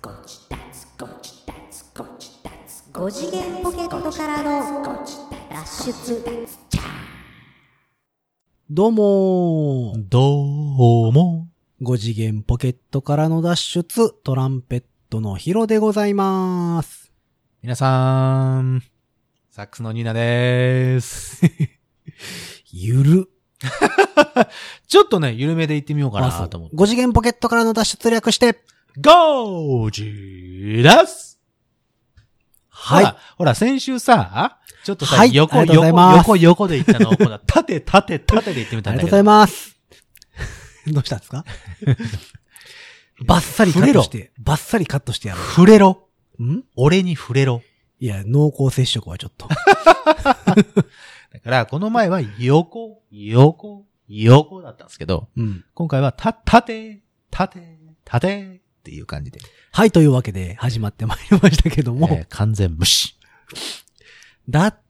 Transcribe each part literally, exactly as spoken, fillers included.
ご次元ポケットからの脱出。 どうもー。 どうも。 ご次元ポケットからの脱出、トランペットのヒロでございます。 皆さん、サックスのニーナでーす。 ゆる。 ちょっとね、緩めで行ってみようかなと思って。 ご次元ポケットからの脱出略して、 ゴージーですはい。 ほら、ほら先週さ、ちょっとさ、 はい、 横、横、横、横で行ったのを、縦、縦、縦で行ってみたんだけど。 ありがとうございます。どうしたんですかバッサリカットして、バッサリカットしてやろう。 触れろ。 ん俺に触れろ。 いや、濃厚接触はちょっと。 だから、この前は横、横、横だったんですけど、 うん、 今回はた、縦、縦、縦っていう感じで。 はい、というわけで始まってまいりましたけども。 えー、完全無視。 だって、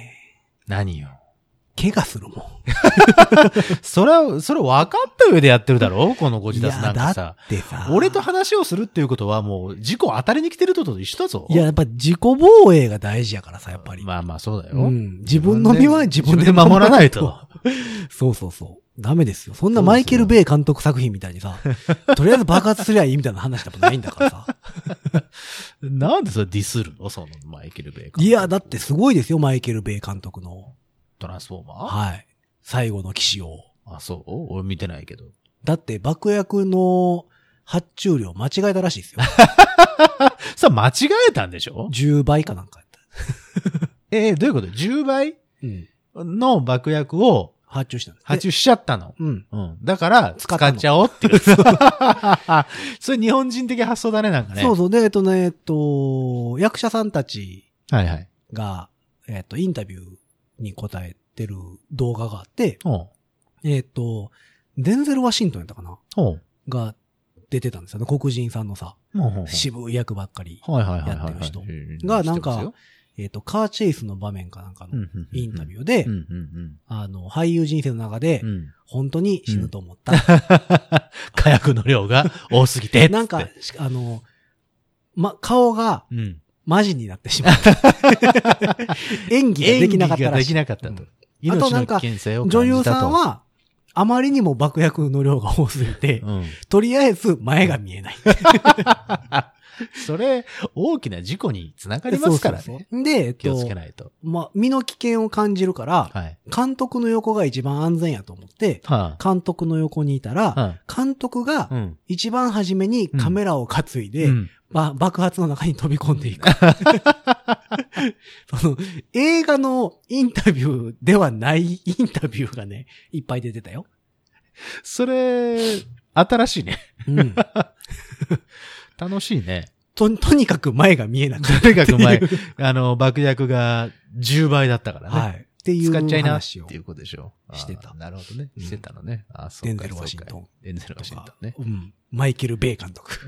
何よ。 怪我するもん。 それは、それ分かった上でやってるだろこのご自立なんかさ。 だってさ。 俺と話をするっていうことはもう、事故当たりに来てるとと一緒だぞ。 いや、やっぱ自己防衛が大事やからさ、やっぱり。 まあまあそうだよ。 うん。自分の身は自分で守らないと。 そうそうそう。ダメですよ。そんなマイケル・ベイ監督作品みたいにさ、とりあえず爆発すりゃいいみたいな話でもないんだからさ。 なんでそれディスるのそのマイケル・ベイ監督。 いや、だってすごいですよ、マイケル・ベイ監督の。 トランスフォーマー？ はい。最後の騎士を。 あ、そう俺見てないけど。 だって爆薬の発注量間違えたらしいですよ。 さ、間違えたんでしょ ? じゅう 倍かなんかやった。 えー、どういうこと ?じゅう 倍うん。 の爆薬を発注したんです。 発注しちゃったの。 うん。 うん。だから、使っちゃおうっていう。それ日本人的発想だね、なんかね。 そうそう。で、えっとね、えっと、役者さんたちはいはい。 が、えっと、インタビューに答えてる動画があって、 ほうえっと、デンゼル・ワシントンやったかなほうが出てたんですよね。黒人さんのさ、 ほうほうほう渋い役ばっかりはいはいはいはい。 やってる人が、なんか、えっと、カーチェイスの場面かなんかのインタビューで、あの、俳優人生の中で、本当に死ぬと思った。 火薬の量が多すぎて。 なんか、あの、ま、顔が、マジになってしまった。演技ができなかったらしい。演技ができなかったと。 あとなんか、女優さんは、あまりにも爆薬の量が多すぎて、うん、とりあえず前が見えない。 それ、大きな事故につながりますからね。そうそうそうで、えっと、 気をつけないと。 まあ、身の危険を感じるから、はい、監督の横が一番安全やと思って、はあ、監督の横にいたら、はあ、監督が一番初めにカメラを担いで、うんうんま、爆発の中に飛び込んでいく。その映画のインタビューではないインタビューがね、いっぱい出てたよ。 それ、新しいね。うん、楽しいね。 と、とにかく前が見えなかった。 とにかく前、あの、爆薬がじゅうばいだったからね。はい。 っていう使っちゃいなっていうことでしょ。 してた。 なるほどね。してたのね。 うん、あ、そうか。デンゼル・ワシントン。 デンゼル・ワシントンね。 うん。マイケル・ベイ監督。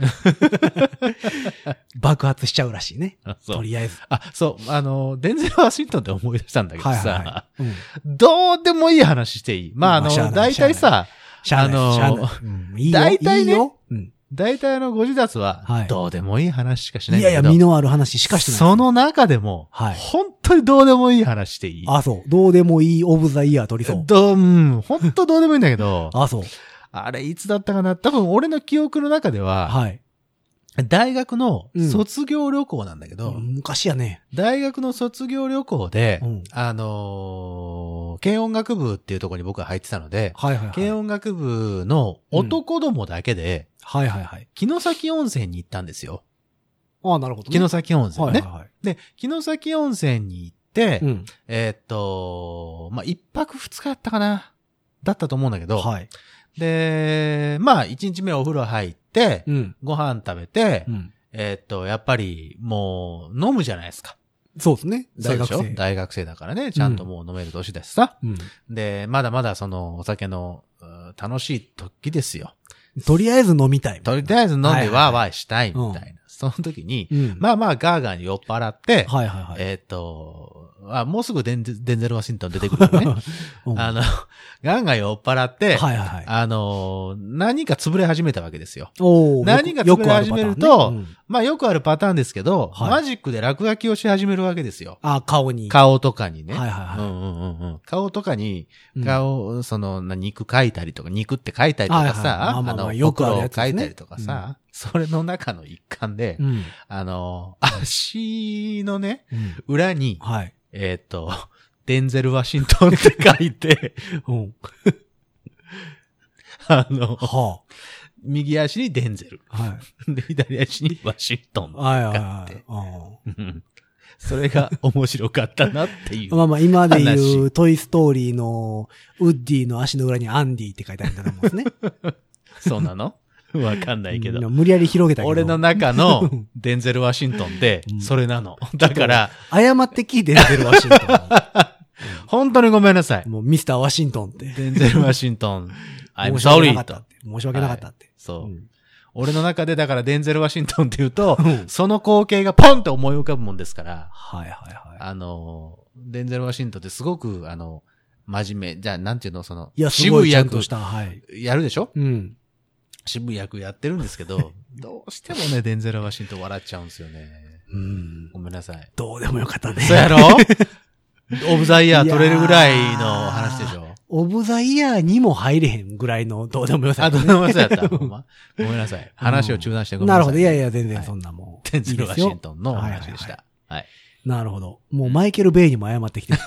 爆発しちゃうらしいね。とりあえず。 あ、そう。あの、デンゼル・ワシントンって思い出したんだけどさ、はいはいはいうん、 どうでもいい話していいまあ、あの、大体さ、あの、大体ね、大体のご自立は、どうでもいい話しかしないんだけど。 いやいや、身のある話しかしてない。 その中でも、はい、本当にどうでもいい話していいあ、そう。どうでもいいオブザイヤー取りそう。 どう、うん、本当どうでもいいんだけど。 あ、そう。 あれ、いつだったかな多分、俺の記憶の中では、はい。大学の卒業旅行なんだけど、 うん、昔やね。 大学の卒業旅行で、うん、あのー、軽音楽部っていうところに僕は入ってたので、はいはいはい、軽音楽部の男どもだけで、 うん、はいはいはい。 城崎温泉に行ったんですよ。 ああ、なるほど、ね。 城崎温泉ね。 はいはいはい、 で、城崎温泉に行って、うん、えー、っと、まあ、一泊二日やったかなだったと思うんだけど、はい。で、まあ、一日目お風呂入って、うん、ご飯食べて、うん、えー、っと、やっぱり、もう、飲むじゃないですか。 そうですね。 大学生。大学生だからね。ちゃんともう飲める年だしさ。うん、で、まだまだその、お酒の、楽しい時ですよ。 とりあえず飲みたい。 とりあえず飲んでワーワーしたいみたいな。はいはい、その時に、うん、まあまあガーガーに酔っ払って、はいはいはい、えっ、ー、と、 あ、もうすぐデンゼデンゼル・ワシントン出てくるよね。うん、あの、ガンガン酔っ払って、はいはいはい、あの、何か潰れ始めたわけですよ。何か潰れ始めると、ねうん、まあよくあるパターンですけど、はい、マジックで落書きをし始めるわけですよ。 あ、顔に。 顔とかにね。 はいはいはい。 うんうんうん、顔とかに、顔、うん、その、肉描いたりとか、肉って描いたりとかさ、はいはいまあまあまあ、あの、よくあるやつですね。描いたりとかさ、うんそれの中の一環で、うん、あの、足のね、うん、裏に、はい、えっ、ー、と、デンゼル・ワシントンって書いて、うん、あの、はあ、右足にデンゼル、はい、で左足にワシントンって書いて、はいはいはい、それが面白かったなっていう。 まあまあ今で言うトイストーリーのウッディの足の裏にアンディって書いてあるんだと思うんですね。 そうなのわかんないけど。 無理やり広げたけど。 俺の中のデンゼル・ワシントンってそれなの。だから。 誤ってきデンゼル・ワシントン。 本当にごめんなさい。 もうミスター・ワシントンって。 デンゼル・ワシントン。I'm sorry と。 申し訳なかったって。はい、 そう、うん。俺の中でだからデンゼル・ワシントンって言うと、その光景がポンって思い浮かぶもんですから。 はいはいはい。 あの、デンゼル・ワシントンってすごく、あの、真面目。じゃあなんていうの、その、 いや、渋い役とした、はい。 やるでしょうん。 渋い役やってるんですけど、どうしてもね、デンゼル・ワシントン笑っちゃうんですよね。うん。ごめんなさい。 どうでもよかったね。 そうやろオブザイヤー取れるぐらいの話でしょ。 オブザイヤーにも入れへんぐらいのどうでもよさ、ね。 あ、どうでもよさやった。ほんま。ごめんなさい。話を中断してごめんなさい。 なるほど。いやいや、全然そんなもん。 デンゼル・ワシントンの話でした。はい。 なるほど。もうマイケル・ベイにも謝ってきてる。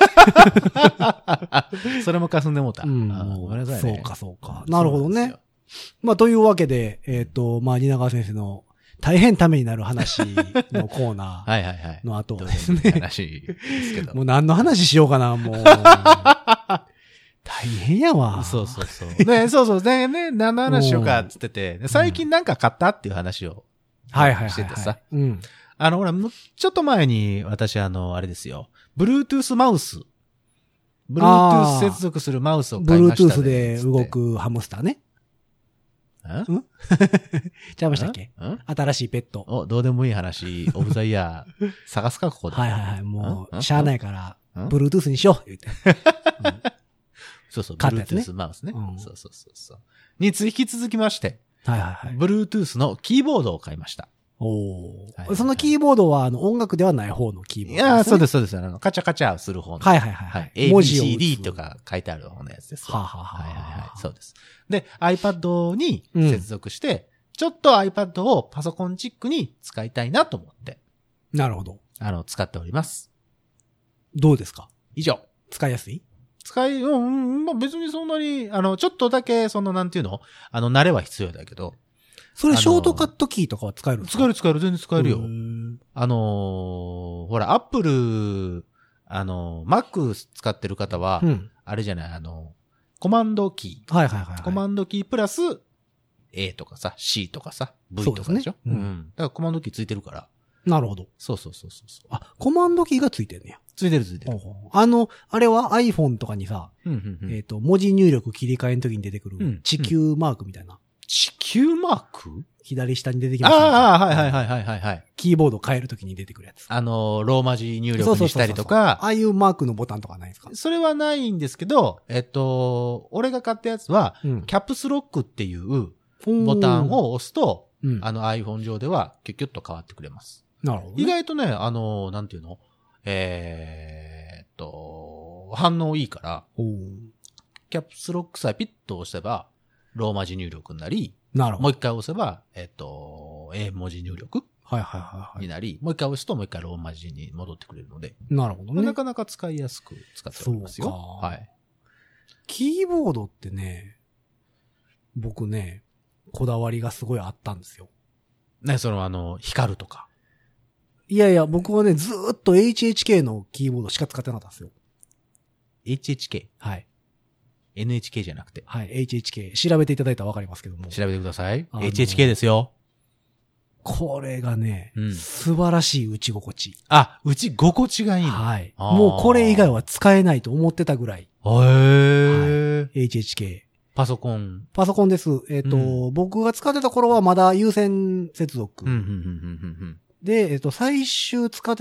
それも霞んでもうた。 うん。ごめんなさいね。そうか、そうか。なるほどね。まあ、というわけで、えっと、まあ、蜷川先生の大変ためになる話のコーナーの後ですね。 はいはいはい。話ですけど。 もう何の話しようかな、もう。大変やわ。 そうそうそう。ね、そうそう。ね、ね、何の話しようかって言ってて、最近なんか買ったっていう話を。 はいはいはい。 しててさ。 うん。 あの、ほら、ちょっと前に私、あの、あれですよ。Bluetooth マウス。Bluetooth 接続するマウスを買いました、ね。 Bluetooth で動くハムスターね。んちゃいましたっけん新しいペット。 お、どうでもいい話、オブザイヤー探すか、ここで。 はいはいはい。もう、しゃあないから、Bluetooth にしよう言って。 そうそう、Bluetooth マウスね。そうそうそうそう。につ引き続きまして、 はいはいはい。 Bluetooth のキーボードを買いました。 おー。そのキーボードは、あの、音楽ではない方のキーボードですね。 いや、そうです、そうです。あの、カチャカチャする方の。 はいはいはい。 A、B、C、D とか書いてある方のやつです。 はあ、はあははいはいはい。そうです。で、iPad に接続して、うん、ちょっと iPad をパソコンチックに使いたいなと思って。 なるほど。 あの、使っております。 どうですか？ 以上。 使いやすい？ 使い、うん、まあ、別にそんなに、あの、ちょっとだけ、その、なんていうの？あの、慣れは必要だけど。 それ、ショートカットキーとかは使えるんですか？ 使える、使える、全然使えるよ。あのー、ほら、Apple、あの、Mac 使ってる方は、うん、あれじゃない、あの、コマンドキー。 はいはいはい、はい。 コマンドキープラス、A とかさ、C とかさ、V とかでしょ？うね、うん。うん。だからコマンドキーついてるから。 なるほど。 そうそうそうそう。 あ、コマンドキーがついてんねや。 ついてるついてる。 あの、あれは iPhone とかにさ、うんうんうん、えっと、文字入力切り替えの時に出てくる地球マークみたいな。うんうん、 地球マーク？ 左下に出てきます、 ね。ああ、はいはいはいはいはい。 キーボード変えるときに出てくるやつ。 あの、ローマ字入力にしたりとか。そうそうそうそう。 ああいうマークのボタンとかないですか？ それはないんですけど、えっと、俺が買ったやつは、うん、キャプスロックっていうボタンを押すと、うん、あの iPhone 上ではキュッキュッと変わってくれます。 なるほど、ね。 意外とね、あの、なんていうのえー、っと、反応いいから、キャプスロックさえピッと押せば、ローマ字入力になり、 なるほど。 もう一回押せば、えっと、英文字入力はいはいはい。 になり、もう一回押すともう一回ローマ字に戻ってくれるので。 なるほどね。 なかなか使いやすく使っておりますよ。そうか。はい。 キーボードってね、僕ね、こだわりがすごいあったんですよ。 ね、そのあの、光るとか。 いやいや、僕はね、ずーっと エイチエイチケー のキーボードしか使ってなかったんですよ。 エイチエイチケー？ はい。 エヌエイチケー じゃなくて。 はい、エイチエイチケー。調べていただいたらわかりますけども。 調べてください。エイチエイチケー ですよ。 これがね、うん、素晴らしい打ち心地。 あ、打ち心地がいいの？ はい。もうこれ以外は使えないと思ってたぐらい。 へー。 はい。エイチエイチケー。 パソコン。 パソコンです。えっ、ー、と、うん、僕が使ってた頃はまだ有線接続。 うんうんうんうんうん、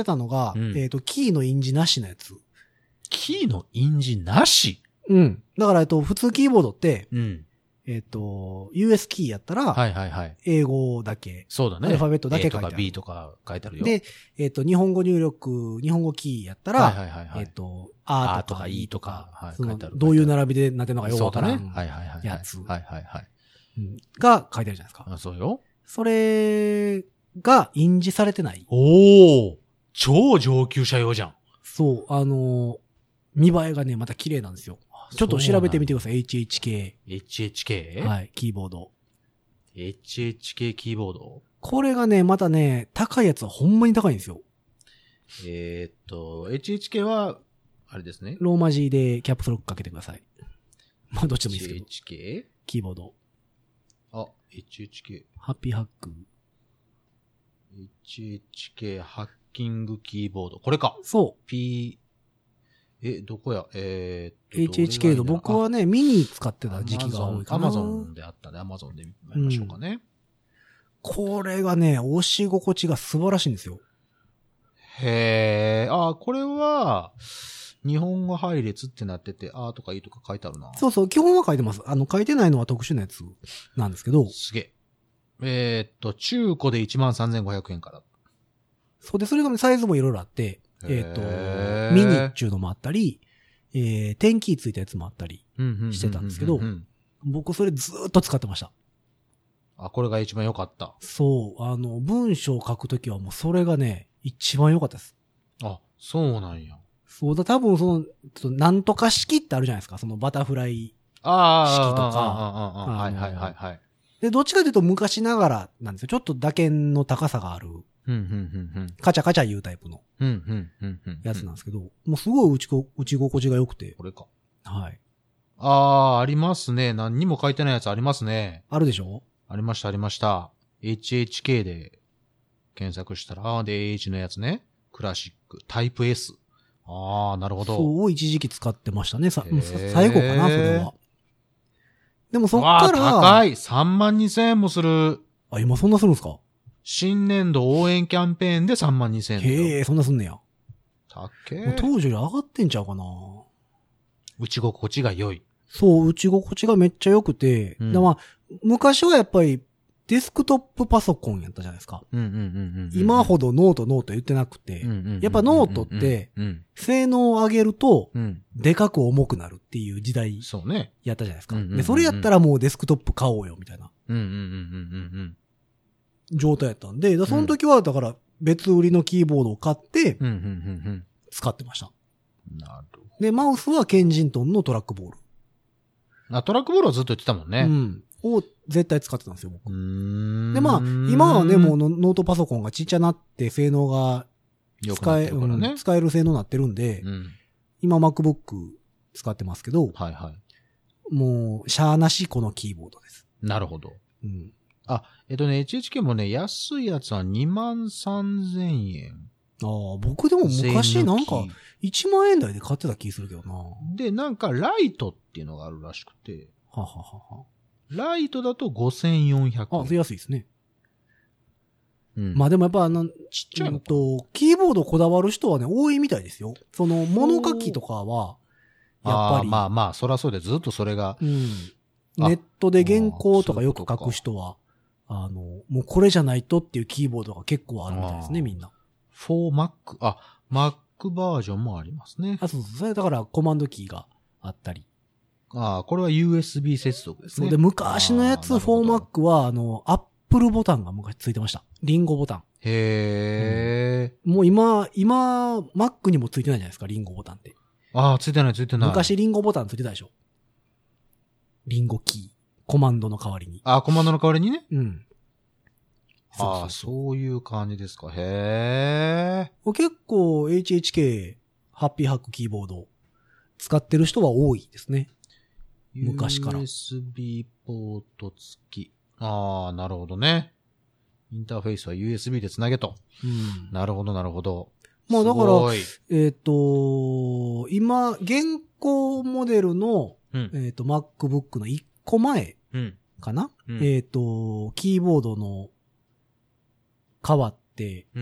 で、えっ、ー、と、最終使ってたのが、うん、えっ、ー、と、キーの印字なしのやつ。 キーの印字なし？ うん。だから、えっと、普通キーボードって、 うん。 えっと、ユーエス キーやったら、 はいはいはい。 英語だけ。 そうだね。 アルファベットだけ書いてある。 A とか B とか書いてあるよ。 で、えっと、日本語入力、日本語キーやったら、 はいはいはいはい、 えっと、A とか E とか、 はい、 そのどういう並びでなってるのかよくわからんはいはいはい。 やつ。 はいはいはい。 が書いてあるじゃないですか。 あ、そうよ。 それが印字されてない。 おー、超上級者用じゃん。 そう、あの、見栄えがね、また綺麗なんですよ。ちょっと調べてみてください。エイチエイチケー。 エイチエイチケー？ はい、キーボード。 エイチエイチケー キーボード？ これがね、またね、高いやつはほんまに高いんですよ。 えー、っと、エイチエイチケー は、あれですね。 ローマ字でキャプスロックかけてください。まあ、どっちでもいいですけど。 エイチエイチケー？ キーボード。 あ、エイチエイチケー。 ハッピーハック。 エイチエイチケー ハッキングキーボード。これか。 そう。 P、え、どこやえー、っと。エイチエイチケー の僕はね、ミニ使ってた時期が多いかな。 アマゾンであったね。アマゾンで見ましょうかね、うん。 これがね、押し心地が素晴らしいんですよ。 へー。あ、これは、日本語配列ってなってて、あとかいとか書いてあるな。 そうそう、基本は書いてます。あの、書いてないのは特殊なやつなんですけど。 すげえ。えー、っと、中古で いちまんさんぜんごひゃくえんから。 そうで、それがね、サイズもいろいろあって、えっと、ミニっていうのもあったり、えー、テンキーついたやつもあったりしてたんですけど、僕それずーっと使ってました。 あ、これが一番良かった。 そう、あの、文章を書くときはもうそれがね、一番良かったです。 あ、そうなんや。 そうだ、多分その、なんとか式ってあるじゃないですか、そのバタフライ式とか。 はいはいはいはい。 で、どっちかというと昔ながらなんですよ。ちょっと打鍵の高さがある。 うんうんうんうん、 カチャカチャ言うタイプのやつなんですけど、もうすごい打ちこ打ち心地が良くて。 これか。 はい。 あー、ありますね。何にも書いてないやつありますね。 あるでしょ？ ありましたありました。エイチエイチケー で検索したら、あーで エーエイチ のやつね。クラシック、タイプ S。あー、なるほど。 そう、一時期使ってましたね。さ、最後かな、それは。でもそっから。 わー、高い !さんまんにせんえんもする。 あ、今そんなするんですか？ 新年度応援キャンペーンでさんまんにせんえん。 へえ、そんなすんねや。 たっけー。当時より上がってんちゃうかな。 打ち心地が良い。 そう、打ち心地がめっちゃ良くて。うん、だまあ、昔はやっぱりデスクトップパソコンやったじゃないですか。今ほどノートノート言ってなくて。やっぱノートって、性能を上げると、でかく重くなるっていう時代。 そうね。 やったじゃないですか。で、それやったらもうデスクトップ買おうよ、みたいな。状態やったんで、その時はだから別売りのキーボードを買って、使ってました。 なるほど。 で、マウスはケンジントンのトラックボール。 あ、トラックボールはずっと言ってたもんね。 うん。を絶対使ってたんですよ、僕。で、まあ、今はね、もうノートパソコンがちっちゃなって性能が使え、ねうん、使える性能になってるんで、うん、今 MacBook 使ってますけど、 はいはい、 もう、しゃーなしこのキーボードです。 なるほど。 うん、 あ、えっとね、エイチエイチケー もね、安いやつはにまんさんぜんえん。 ああ、僕でも昔なんかいちまんえん台で買ってた気するけどな。 で、なんかライトっていうのがあるらしくて。 はははは。 ライトだとごせんよんひゃくえん。 あ、安いですね。 うん。 まあでもやっぱあの、 ちっちゃいのと、キーボードこだわる人はね、多いみたいですよ。その、物書きとかは、やっぱり。 まあまあ、そらそうでずっとそれが。 うん。ネットで原稿とかよく書く人は、あの、もうこれじゃないとっていうキーボードが結構あるみたいですね、みんな。 フォーマック、あ、Mac バージョンもありますね。 あ、そうそう。それだからコマンドキーがあったり。 ああ、これは ユーエスビー 接続ですね。 そうで、昔のやつ、フォーマックは、あの、アップルボタンが昔ついてました。リンゴボタン。 へー、 うん。もう今、今、Mac にもついてないじゃないですか、リンゴボタンって。 ああ、ついてない、ついてない。 昔リンゴボタンついてたでしょ。リンゴキー。コマンドの代わりに。 ああ、コマンドの代わりにね。 うん。 ああ、そういう感じですか。へー。結構 エイチエイチケー、ハッピーハックキーボード、使ってる人は多いですね。昔から。 ユーエスビー ポート付き。ああ、なるほどね。インターフェースは ユーエスビー でつなげと。 うん。 なるほど、なるほど。 まあだから、えっと、今、現行モデルの、うん、えっと、MacBook のいっこまえかな、うんうん、えっと、キーボードの変わって、うん、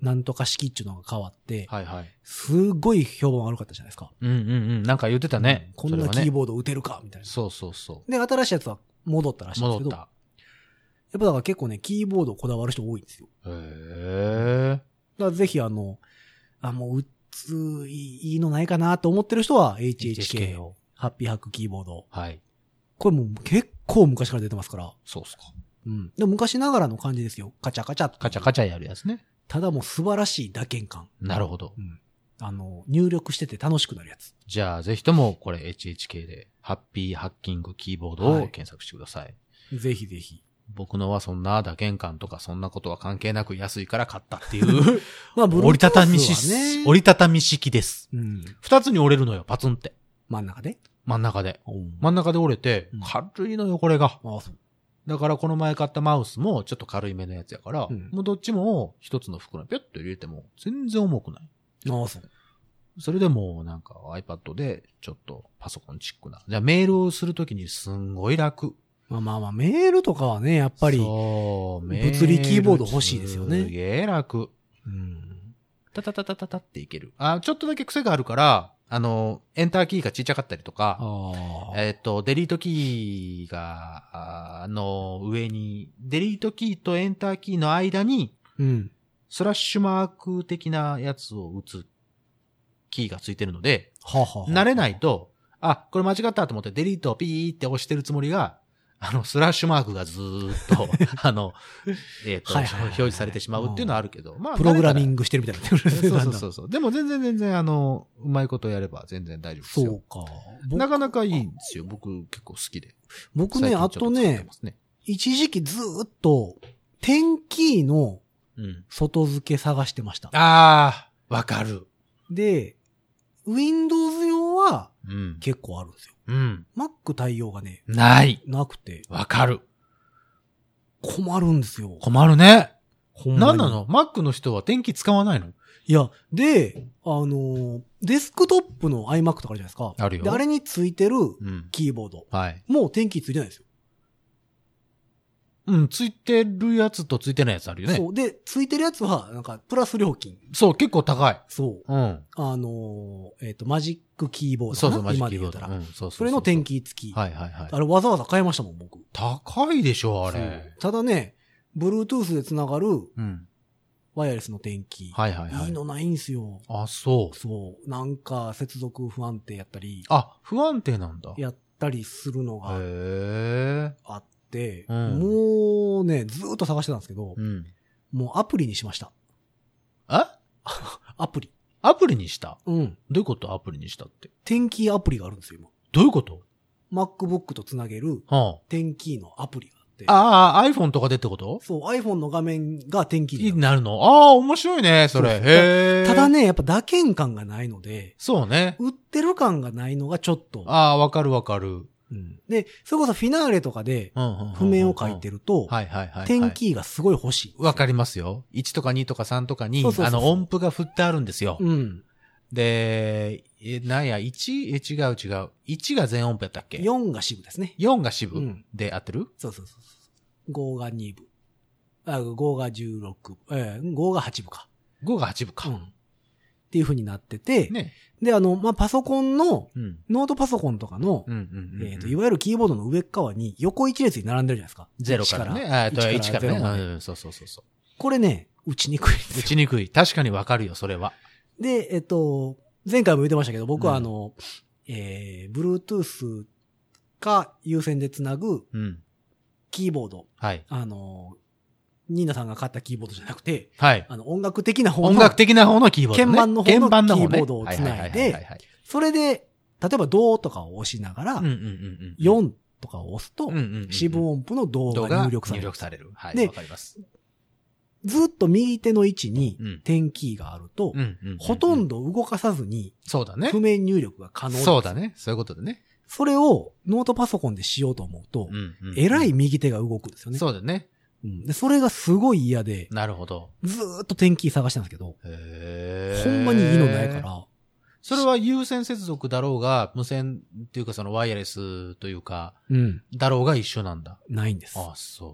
なんとか式っていうのが変わって、 はいはい。 すごい評判悪かったじゃないですか。 うんうんうん。なんか言ってたね。 こんなキーボード打てるかみたいな。 そうそうそう。 で、新しいやつは戻ったらしいんですけど。戻った。やっぱだから結構ね、キーボードをこだわる人多いんですよ。 へー。 だからぜひあの、あ、もう、うつい、いいのないかなと思ってる人は エイチエイチケー を、ハッピーハックキーボード。 はい。 これもう結構昔から出てますから。 そうっすか。 うん。でも昔ながらの感じですよ。カチャカチャ。 カチャカチャやるやつね。 ただもう素晴らしい打鍵感。 なるほど。 うん。あの、入力してて楽しくなるやつ。 じゃあ、ぜひともこれ エイチエイチケー で、ハッピーハッキングキーボードを検索してください。はい、 ぜひぜひ。 僕のはそんな打鍵感とかそんなことは関係なく安いから買ったっていう。 まあ、 折りたたみ式、ね、折りたたみ式です。 うん。 二つに折れるのよ、パツンって。 真ん中で真ん中で。真ん中で折れて、軽いのよ、これが。ああ、そう。だからこの前買ったマウスもちょっと軽いめのやつやから、うん、もうどっちも一つの袋にピョッと入れても全然重くない。 ああ、そう。 それでもなんか iPad でちょっとパソコンチックな。じゃあメールをするときにすんごい楽。 まあまあまあ、メールとかはね、やっぱり、物理キーボード欲しいですよね。 すげえ楽。うん。タタタタタタっていける。あ、ちょっとだけ癖があるから、あの、エンターキーがちっちゃかったりとか、えっと、デリートキーが、あの、上に、デリートキーとエンターキーの間に、うん、スラッシュマーク的なやつを打つキーがついてるので、ははは慣れないと、あ、これ間違ったと思ってデリートピーって押してるつもりが、あの、スラッシュマークがずーっと、あの、えっと、表示されてしまうっていうのはあるけど、まあ、 プログラミングしてるみたいな。 そうそうそうそう。でも全然全然、あの、うまいことやれば全然大丈夫ですよ。 そうか。 なかなかいいんですよ。僕結構好きで。 僕ね、あとね、一時期ずーっと、点キーの外付け探してました。 うん、あー、わかる。 で、Windows 用は、結構あるんですよ。 うん。 Mac 対応がね。 ない。 なくて。 わかる。 困るんですよ。 困るね。なんなの ?Mac の人は点キー使わないの？ いや、で、あのー、デスクトップの iMac とかあるじゃないですか。 あるよ。 で、あれについてるキーボード。 うん、はい。 もう点キーついてないんですよ。 うん、ついてるやつとついてないやつあるよね。 そう。で、ついてるやつは、なんか、プラス料金。 そう、結構高い。 そう。 うん。 あのー、えっと、マジックキーボード。 そうそう、マジックキーボード。うん、そうそう。 それの点キー付き。 はいはいはい。 あれわざわざ買いましたもん、僕。 高いでしょ、あれ。 ただね、Bluetooth で繋がる、うん。ワイヤレスの点キー。 はいはいはい。 いいのないんすよ。 あ、そう。 そう。なんか、接続不安定やったり。 あ、不安定なんだ。 やったりするのが。 へー。 あって、うん、もうね、ずーっと探してたんですけど、うん、もうアプリにしました。 えアプリ。 アプリにした？ うん。 どういうことアプリにしたって。 点キーアプリがあるんですよ、今。 どういうこと ?MacBook とつなげる、点キーのアプリがあって。 ああ、iPhone とかでってこと？ そう、iPhone の画面が点キーになるの。ああ、面白いね、それ。へー。ただね、やっぱ打鍵感がないので。 そうね。 売ってる感がないのがちょっと。 ああ、わかるわかる。 うん、で、それこそフィナーレとかで、譜面を書いてると、点キーがすごい欲しい。 わかりますよ。いちとかにとかさんとかに、あの、音符が振ってあるんですよ。うん。で、え、なんや、いち? え、違う違う。いちが全音符やったっけ ? よん が支部ですね。 よんが支部、うん、で合ってる？ そうそうそう。ごがに部。あ、ごがじゅうろく。えー、ごがはち部か。 ごがはち部か。 うん。っていう風になってて、 ね。 で、あの、まあ、パソコンの、うん、ノートパソコンとかの、えっと、いわゆるキーボードの上側に横一列に並んでるじゃないですか。 ゼロからね。あ、いちからね。うん、そうそうそうそう。 これね、打ちにくいですよ。 打ちにくい。確かにわかるよ、それは。 で、えっと、前回も言ってましたけど、僕はあの、うん、えー、Bluetooth か有線でつなぐ、キーボード。はい。あの、ニーナさんが買ったキーボードじゃなくて、はい。あの、音楽的な方の。 音楽的な方のキーボード、ね。 鍵盤の方のキーボードをつないで、それで、例えばドとかを押しながら、よんとかを押すと、四分音符のドが入力される。 入力される。はい。で、わかります。 ずっと右手の位置に点キーがあると、ほとんど動かさずに、 そうだね。 譜面入力が可能です。 そうだね。そういうことでね。 それをノートパソコンでしようと思うと、えらい右手が動くんですよね。 そうだね。 うん、で、それがすごい嫌で。 なるほど。 ずーっと点キー探したんですけど。へー。ほんまにいいのないから。 それは有線接続だろうが、無線っていうかそのワイヤレスというか、うん。だろうが一緒なんだ。 ないんです。 ああ、そ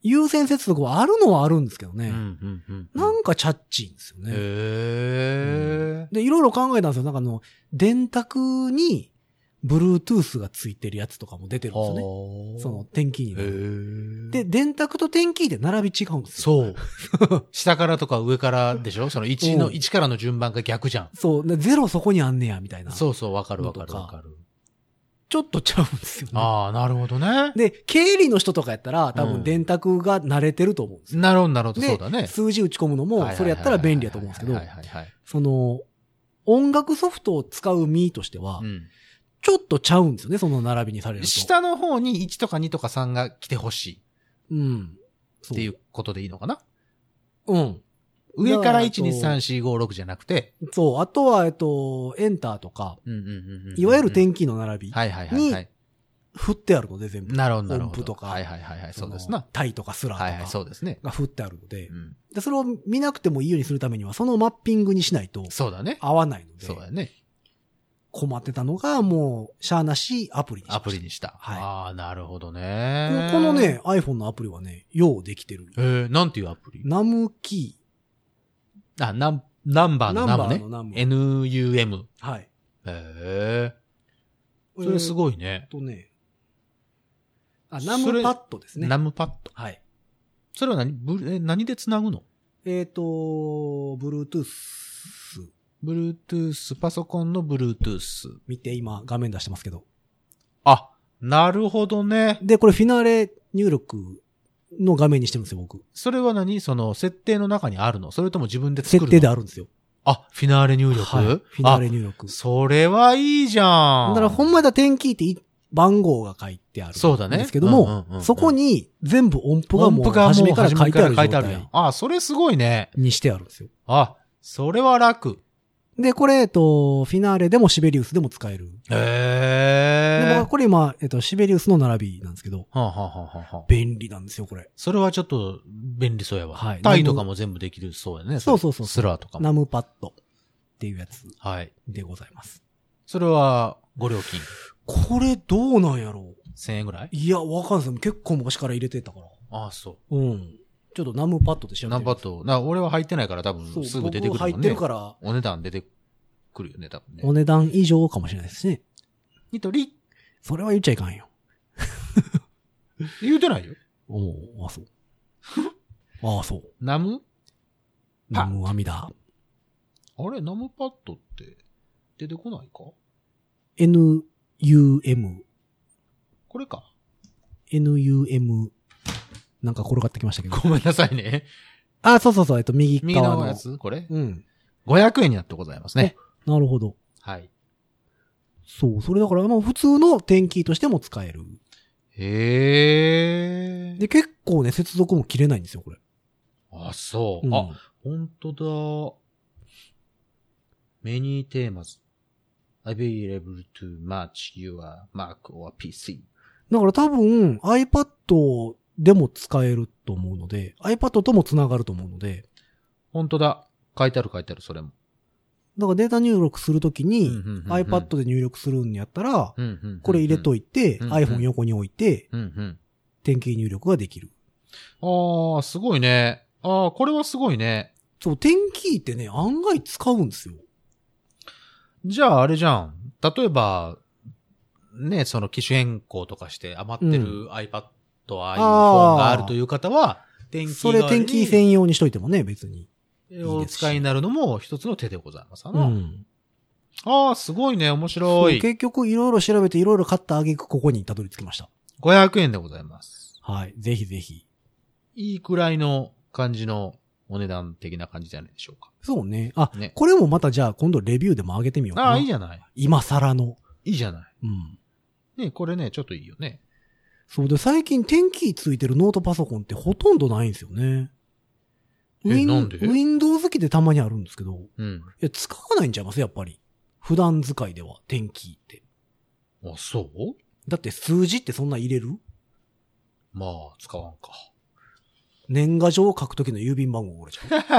有線接続はあるのはあるんですけどね。うんうんうんうん、なんかチャッチーんですよね。へー、うん。で、いろいろ考えたんですよ。なんかあの、電卓に、Bluetooth がついてるやつとかも出てるんですよね。その、テンキーになる。で、電卓とテンキーで並び違うんですよ。そう。下からとか上からでしょそのいちの、いちからの順番が逆じゃん。 そう。ゼロそこにあんねや、みたいな。 そうそう、わかるわかるわかる。 ちょっとちゃうんですよね。 ああ、なるほどね。 で、経理の人とかやったら、多分電卓が慣れてると思うんですよ。 うん、なるほど、なるほど、そうだね。 数字打ち込むのも、それやったら便利やと思うんですけど、その、音楽ソフトを使う身としては、うん、ちょっとちゃうんですよね、その並びにされると。 下の方にいちとかにとかさんが来てほしい。うん。っていうことでいいのかな？うん。上からいち、に、さん、よん、ご、ろくじゃなくて。 そう。あとは、えっと、エンターとか、いわゆる点キーの並びに、はいはいはいはい。振ってあるので、全部。 なるほど、なるほど。 音符とか。 はいはいはいはい。そうですな。 タイとかスラーとか。 はいはい、そうですね。 が振ってあるので、うん。で、それを見なくてもいいようにするためには、そのマッピングにしないと。 そうだね。 合わないので。 そうだね。 困ってたのが、もう、しゃーなし、アプリにした。 アプリにした。はい。ああ、なるほどね。 このね、iPhone のアプリはね、ようできてる。 えー、なんていうアプリ？ ナムキー。あ、ナン、ナンバーのナムね。ナム エヌユーエム。 はい。 へえ。それすごいね。 えー、とね。あ、ナムパッドですね。 ナムパッド。 はい。 それは何、ブえ何で繋ぐの？ えっと、Bluetooth。 Bluetooth、パソコンの Bluetooth。 見て、今画面出してますけど。 あ、なるほどね。 で、これフィナーレ入力の画面にしてるんですよ、僕。 それは何？その設定の中にあるの？それとも自分で作るの？ 設定であるんですよ。 あ、フィナーレ入力？はい、フィナーレ入力。 それはいいじゃん。 だからほんまだ点キーって番号が書いてあるんですけども、そうだね。うんうんうんうん、そこに全部音符がもう初めから書いてある状態。 あ、それすごいね。 にしてあるんですよ。 あ、それは楽。 で、これ、えっと、フィナーレでもシベリウスでも使える。 へー。 で、僕はこれ今、えっと、シベリウスの並びなんですけど。 はあ、はあははあ、 便利なんですよ、これ。 それはちょっと便利そうやわ。はい。タイとかも全部できるそうやね。 そうそうそう。 スラーとかも。 ナムパッドっていうやつ。 はい。 でございます。 それは、ご料金。 これどうなんやろう ? せんえんぐらい？ いや、わかんないです。結構昔から入れてたから。 ああ、そう。 うん。ちょっとナムパッドで調べてみます。 ナムパッド。な、俺は入ってないから多分すぐ出てくるもんね。 入ってるから。 お値段出てくるよね、多分ね。 お値段以上かもしれないですね。 ニトリ。 それは言っちゃいかんよ。 言うてないよ。 おお、あ、そう。ああ、そう。 ナムナムアミダ。 あれ、ナムパッドって出てこないか？ エヌユーエム。 これか。 エヌユーエム。なんか転がってきましたけど。 ごめんなさいね。 あ、そうそうそう。えっと、右側の。 右のやつこれ？ うん。 ごひゃくえんになってございますね。 なるほど。 はい。 そう。それだから、まあ、普通の点キーとしても使える。 へー。 で、結構ね、接続も切れないんですよ、これ。 あ、そう。うん、あ、ほんとだ。Many temas available to match your Mac or ピーシー。だから多分 iPad でも使えると思うので、iPad とも繋がると思うので。 ほんとだ。書いてある書いてある、それも。 だからデータ入力するときに iPad で入力するんやったら、これ入れといて iPhone 横に置いて、点キー入力ができる。 ああ、すごいね。ああ、これはすごいね。 そう、点キーってね、案外使うんですよ。 じゃああれじゃん。例えば、ね、その機種変更とかして余ってる iPad、うん、iPhone があるという方は、 点キーそれ点キー専用にしといてもね、別に。 お使いになるのも一つの手でございますな。うん。ああ、すごいね、面白い。 結局いろいろ調べていろいろ買った挙句ここにたどり着きました。 ごひゃくえんでございます。 はい。ぜひぜひ。 いいくらいの感じのお値段的な感じじゃないでしょうか。 そうね。あ、ね、これもまたじゃあ今度レビューでも上げてみようかな。 ああ、いいじゃない。 今更の。 いいじゃない。 うん。 ね、これね、ちょっといいよね。 そうで、最近点キーついてるノートパソコンってほとんどないんですよね。 え、なんで？ Windows 機でたまにあるんですけど。 うん。 いや、使わないんちゃいますやっぱり。普段使いでは、点キーって。 あ、そう？ だって数字ってそんな入れる？ まあ、使わんか。 年賀状を書くときの郵便番号これじゃん。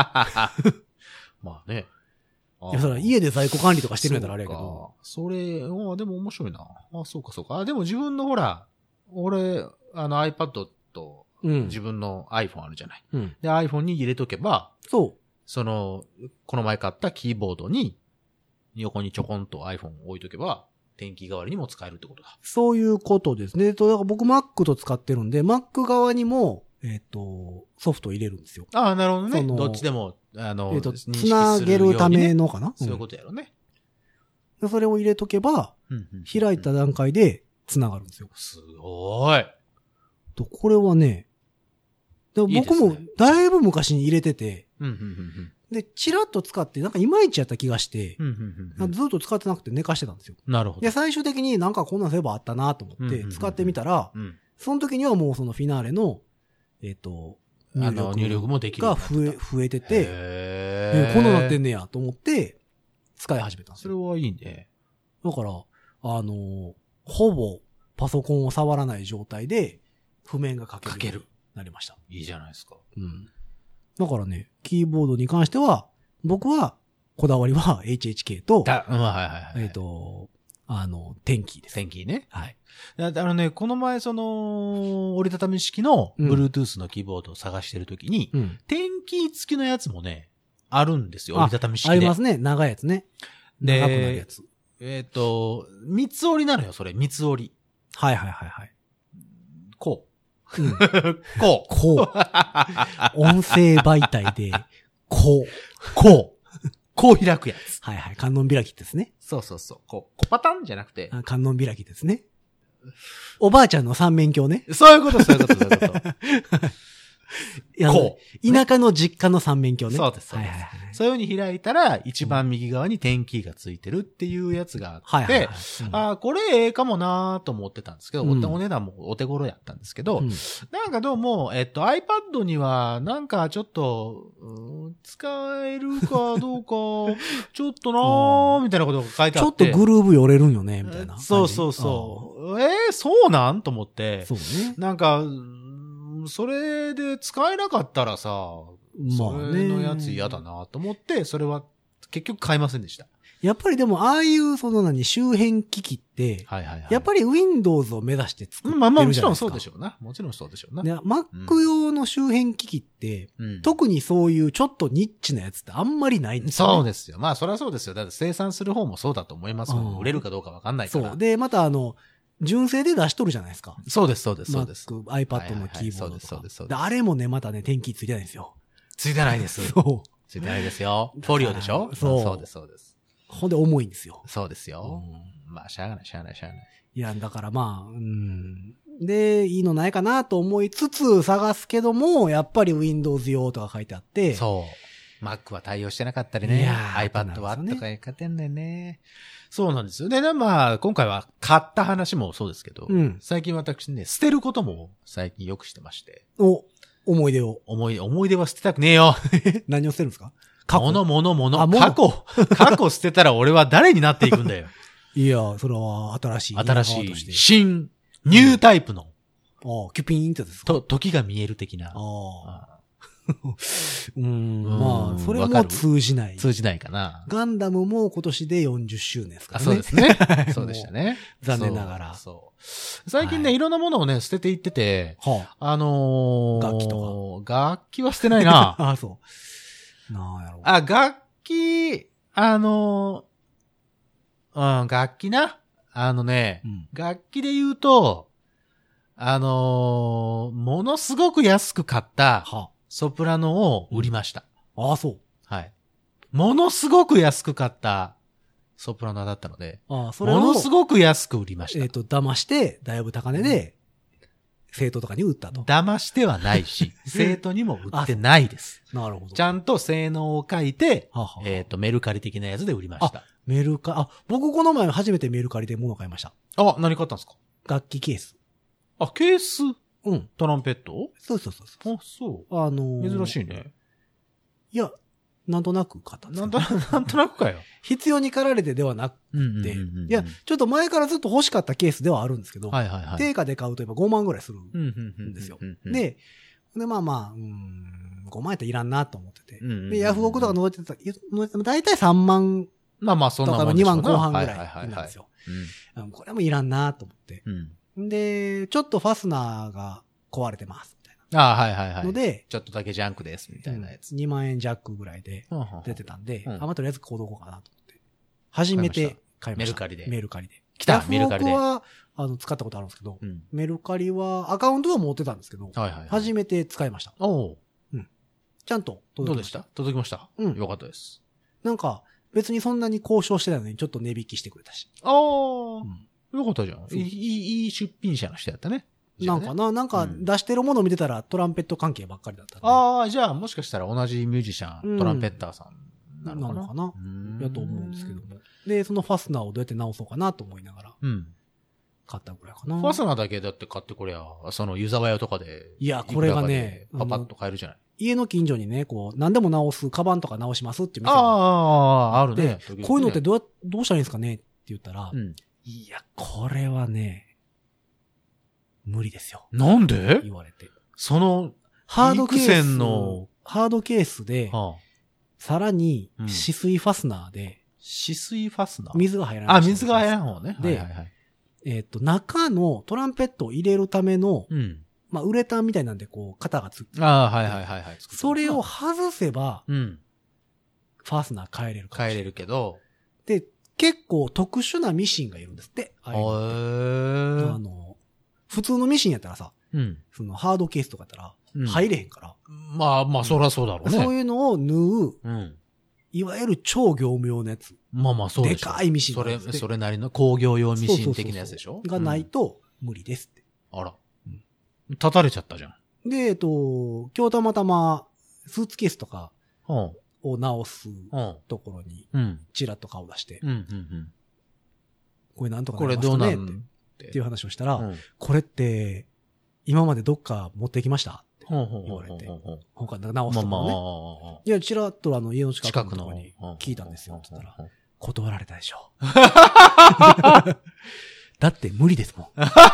まあね。 あいや、それ家で在庫管理とかしてるんやったらあれやけど。 それ、あでも面白いな。あ、そうかそうか。あ、でも自分のほら、俺、あの iPad とうん、自分の iPhone あるじゃない、 うん。 で、iPhone に入れとけば、 そう。 その、この前買ったキーボードに、横にちょこんと iPhone を置いとけば、点キー代わりにも使えるってことだ。 そういうことですね。とだから僕 Mac と使ってるんで、Mac 側にも、えっ、ー、と、ソフト入れるんですよ。 ああ、なるほどね。どっちでも、あの、 えっ、ー、と、つなげるためのかな、 そういうことやろね。 うん、それを入れとけば、うんうん、開いた段階で繋がるんですよ。 すごい。 と、これはね、でも僕もだいぶ昔に入れてて、 うんうんうんうん、 で、チラッと使って、なんかいまいちやった気がして、 うんうんうん、 ずっと使ってなくて寝かしてたんですよ。 なるほど。 で、最終的になんかこんなそういえばあったなと思って使ってみたら、 うんうんうん、 その時にはもうそのフィナーレの、えっ、ー、と、 入力入力もできるが増え、増えてて、えー、こんななってんねやと思って使い始めたんですよ。 それはいいね。 だから、あのー、ほぼパソコンを触らない状態で譜面が書ける。 書ける。 なりました。 いいじゃないですか。 うん。だからね、キーボードに関しては、僕は、こだわりは エイチエイチケー と、 だ、うん、はいはいはい。 えっ、ー、と、あの、点キーです。 点キーね。 はい。 あのね、この前その、折りたたみ式の Bluetooth のキーボードを探してるときに、うん、点キー付きのやつもね、あるんですよ。折りたたみ式で。 ありますね。長いやつね。 で、 長くなるやつ。 えっ、ー、と、三つ折りなのよ、それ。三つ折り。 はいはいはいはい。 こう。 うん、 こう。 こう。音声媒体で、こう。 こう。こう開くやつ。 はいはい。観音開きですね。 そうそうそう。こう。こうパターンじゃなくて。 あ、観音開きですね。おばあちゃんの三面鏡ね。 そういうこと、そういうこと、そういうこと。 こう。田舎の実家の三面鏡ね。 そうです、そうです。はいはいはい、そういう風に開いたら、一番右側に点キーがついてるっていうやつがあって、はいはいはいうん、ああ、これええかもなーと思ってたんですけど、うん、お値段もお手頃やったんですけど、うん、なんかどうも、えっと iPad には、なんかちょっと、うん、使えるかどうか、ちょっとなーみたいなことが書いてあって。 ちょっとグルーブ寄れるんよね、みたいな。 そうそうそう。えー、そうなんと思って。 そうね。 なんか、それで使えなかったらさ、まあね、それのやつ嫌だなと思って、それは結局買いませんでした。 やっぱりでも、ああいうその何、周辺機器って、はいはいはい、やっぱり Windows を目指して作ってるじゃないですか。 まあまあもちろんそうでしょうな。もちろんそうでしょうな。 で、Mac 用の周辺機器って、うん、特にそういうちょっとニッチなやつってあんまりないんですよ、ね。 そうですよ。まあそれはそうですよ。だって生産する方もそうだと思いますもん。売れるかどうかわかんないから。 そう。で、またあの、純正で出しとるじゃないですか。 そうです、そうです、そうです。 Mac、iPad のキーボードとか。 そうです、そうです、そうです。あれもね、またね、点キーついてないんですよ。 ついてないです。 そう。 ついてないですよ。フォリオでしょそう。そうです、そうです。 ほんで重いんですよ。 そうですよ。うん、まあ、しゃあがない、しゃあない、しゃあない。 いや、だからまあ、うん。で、いいのないかなと思いつつ探すけども、やっぱり Windows 用とか書いてあって。 そう。Mac は対応してなかったりね。iPad はとか書いてんだよね。そうなんですよ。で、まあ、今回は買った話もそうですけど、うん、最近私ね、捨てることも最近よくしてまして。 お、思い出を。 思い出、思い出は捨てたくねえよ。 何を捨てるんですか？ 過去。物、物、物。過去。過去捨てたら俺は誰になっていくんだよ。 いや、それは新しい。 新しい。新、ニュータイプの。 ああ、キュピーンってですか？ と、時が見える的な。ああ。うん、まあ、それも通じない。 通じないかな。 ガンダムも今年でよんじゅっしゅうねんですからね。 そうですね。そうでしたね。 残念ながら。 そう。最近ね、はい、いろんなものをね、捨てていってて、はあ、あのー、 楽器とか。楽器は捨てないな。 ああ、そう。なあ、やろう。 あ、楽器、あのー、うん、楽器な。あのね、うん、楽器で言うと、あのー、ものすごく安く買った、はあソプラノを売りました。 ああ、そう。 はい。ものすごく安く買ったソプラノだったので、 ああ、それをものすごく安く売りました。 えっと、騙して、だいぶ高値で、生徒とかに売ったと。 騙してはないし、生徒にも売ってないです。 なるほど。 ちゃんと性能を書いて、ははえっと、メルカリ的なやつで売りました。 メルカ、あ、僕この前初めてメルカリで物買いました。 あ、何買ったんですか？ 楽器ケース。 あ、ケースうん。 トランペット？ そうそうそうそう。あ、そう。 あのー、 珍しいね。 いや、なんとなく買ったんですなんとなく、なんとなくかよ。 必要に駆られてではなくて、うんうんうんうん、いや、ちょっと前からずっと欲しかったケースではあるんですけど、はいはいはい、定価で買うとやっぱごまんぐらいするんですよ。で、で、まあまあ、うん、ごまんやったらいらんなと思ってて。うんうんうん、で、ヤフオクとか覗いてた、覗いてただいたいさんまんまあまあそんなもんとかにまんこう半ぐらいなんですよ。これもいらんなと思って。うんで、ちょっとファスナーが壊れてます、みたいああ、はいはいはい。 ので、 ちょっとだけジャンクです、みたいなやつ。 にまんえん弱ぐらいで出てたんで、あ、まあ、とりあえず購読こうかなと思って。初めて買いました。 メルカリで。 メルカリで。 来た、メルカリで。 僕は、あの、使ったことあるんですけど、メルカリは、アカウントは持ってたんですけど、初めて使いました。 おうん。ちゃんと届きました。どうでした？届きました。うん。よかったです。 なんか、別にそんなに交渉してたのにちょっと値引きしてくれたし。 ああ、うん、よかったじゃん。いい、いい出品者の人やったね。 なんかな、なんか出してるものを見てたらトランペット関係ばっかりだったんで。 ああ、じゃあもしかしたら同じミュージシャン、トランペッターさんなのかな。 なのかな。やと思うんですけども。で、そのファスナーをどうやって直そうかなと思いながら。うん。買ったぐらいかな。 ファスナーだけだって買ってこりゃ、その湯沢屋とかで。 いや、これがね、 パパッと買えるじゃない。 家の近所にね、こう、何でも直す、カバンとか直しますっていう店がああ、あるね。 こういうのってどう、どうしたらいいんですかねって言ったら、うん、いや、これはね、無理ですよ。 なんで言われて。 その、ハードケースの、 ハードケースで、はあ、さらに、止水ファスナーで、 止水ファスナー水が入らない。 あ、水が入らない方ね。 で、はいはいはい、えっと、中のトランペットを入れるための、うん、まあ、ウレタンみたいなんで、こう、型がつく。 ああ、はいはいはいはい。 それを外せば、うん。ファスナー変えれるかもしれない。変えれるけど。 で、結構特殊なミシンがいるんですって。ああいうのって。あの、普通のミシンやったらさ、うん。そのハードケースとかやったら、入れへんから。 うん、まあまあ、そらそうだろうね。 そういうのを縫う、うん。いわゆる超業務用のやつ。 まあまあそうでしょ。でかいミシン。 それ、それなりの工業用ミシン的なやつでしょ。 がないと無理ですって。 うん、あら。立たれちゃったじゃん。 で、えっと、今日たまたま、スーツケースとかを直すところに、チラッと顔出して、これなんとかなりますかねってっていう話をしたら、うん、これって、今までどっか持ってきましたって言われて、他で直すところね。まあまあ、いや、チラッとあの家の近くのところに聞いたんですよって言ったら、断られたでしょ。だって無理ですも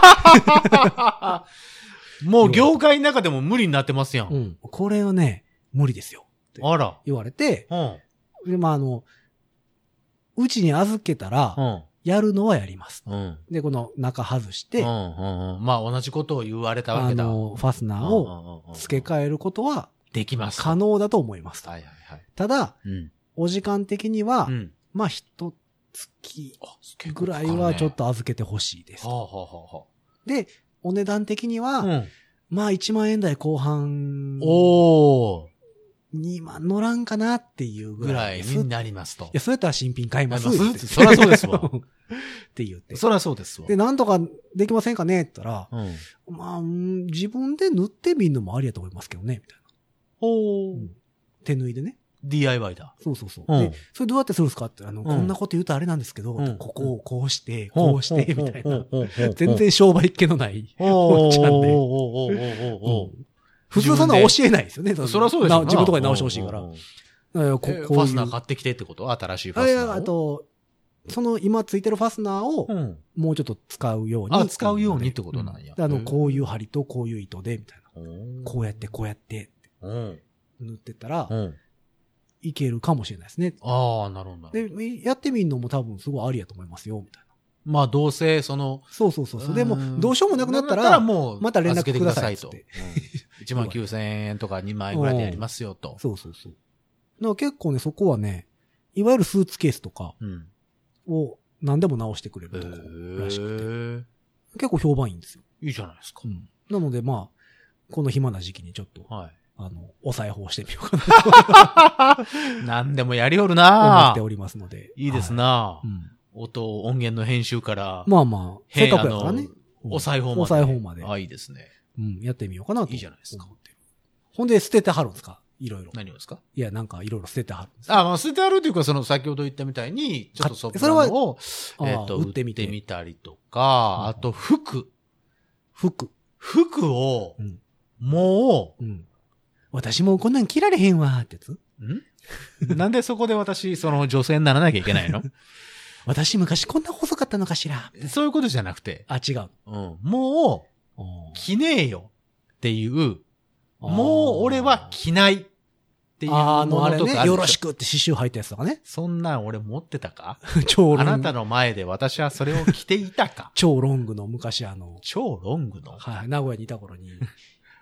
ん。 もう業界の中でも無理になってますやん。 うん。これはね、無理ですよ。 あら。 言われて、うん。で、まあ、あの、うちに預けたら、うん。やるのはやります。うん。で、この中外して、うんうんうん。まあ、同じことを言われたわけだ。 あの、ファスナーを付け替えることは、 できます。 可能だと思います。 はいはいはい。 ただ、うん。お時間的には、うん。まあ、一月ぐらいはちょっと預けてほしいです。はあはあはあ。で、お値段的には、うん、まあいちまんえん台後半。おー。にまん乗らんかなっていうぐらい。 ぐらいになりますと。いや、そうやったら新品買います。 そりゃそうですわ。 って言って。 そりゃそうですわ。 で、なんとかできませんかねって言ったら、うん、まあ、自分で塗ってみるのもありやと思いますけどね、みたいな。おー。うん、手縫いでね。 ディーアイワイ だ。 そうそうそう。うん、で、それどうやってするんですかって、あの、うん、こんなこと言うとあれなんですけど、うん、ここをこうして、こうして、みたいな。全然商売っ気のないおっちゃんで。普通そんな教えないですよね。 そりゃそうですよ。 自分とかに直してほしいから。 こうファスナー買ってきてってこと新しいファスナーを。 あと、その今ついてるファスナーを、もうちょっと使うように。 あ、使うようにってことなんや。 あの、こういう針とこういう糸で、みたいな。こうやってこうやって、塗ってったら、いけるかもしれないですね。 ああ、なるほど。 で、やってみるのも多分すごいありやと思いますよ、みたいな。 まあ、どうせ、その。 そうそうそう。でも、どうしようもなくなったら、もう、また連絡くださいと。 いちまんきゅうせんえんとかにまんえんぐらいでやりますよと。 そうそうそう。だから結構ね、そこはね、いわゆるスーツケースとかを何でも直してくれるとこらしくて。結構評判いいんですよ。 いいじゃないですか。 なので、まあ、この暇な時期にちょっと。はい。あの、お裁縫してみようかな。 何でもやりおるなぁ。 思っておりますので。 いいですなぁ。はいうん、音、音源の編集から。 まあまあ、せっかくやからね。 お裁縫まで。 お裁縫まで。 あ、いいですね。 うん、やってみようかなと。 いいじゃないですか。 ほんで、捨ててはるんですかいろいろ。 何をですかいや、なんかいろいろ捨ててはるんです。 あ、まあ捨ててはるというか、その先ほど言ったみたいに、ちょっとソプラノを、えっと、売ってみてみたりとか、あと服。 服。 服を、もう、うん私もうこんなん着られへんわーってやつんなんでそこで私、その女性にならなきゃいけないの私昔こんな細かったのかしらそういうことじゃなくて。 あ、違う。 うん。もう、着ねえよっていう、もう俺は着ないっていうものとかある。あのあれね、よろしくって刺繍入ったやつとかね。 そんなん俺持ってたか超ロング。あなたの前で私はそれを着ていたか超ロングの昔あの。 超ロングのはい、名古屋にいた頃に。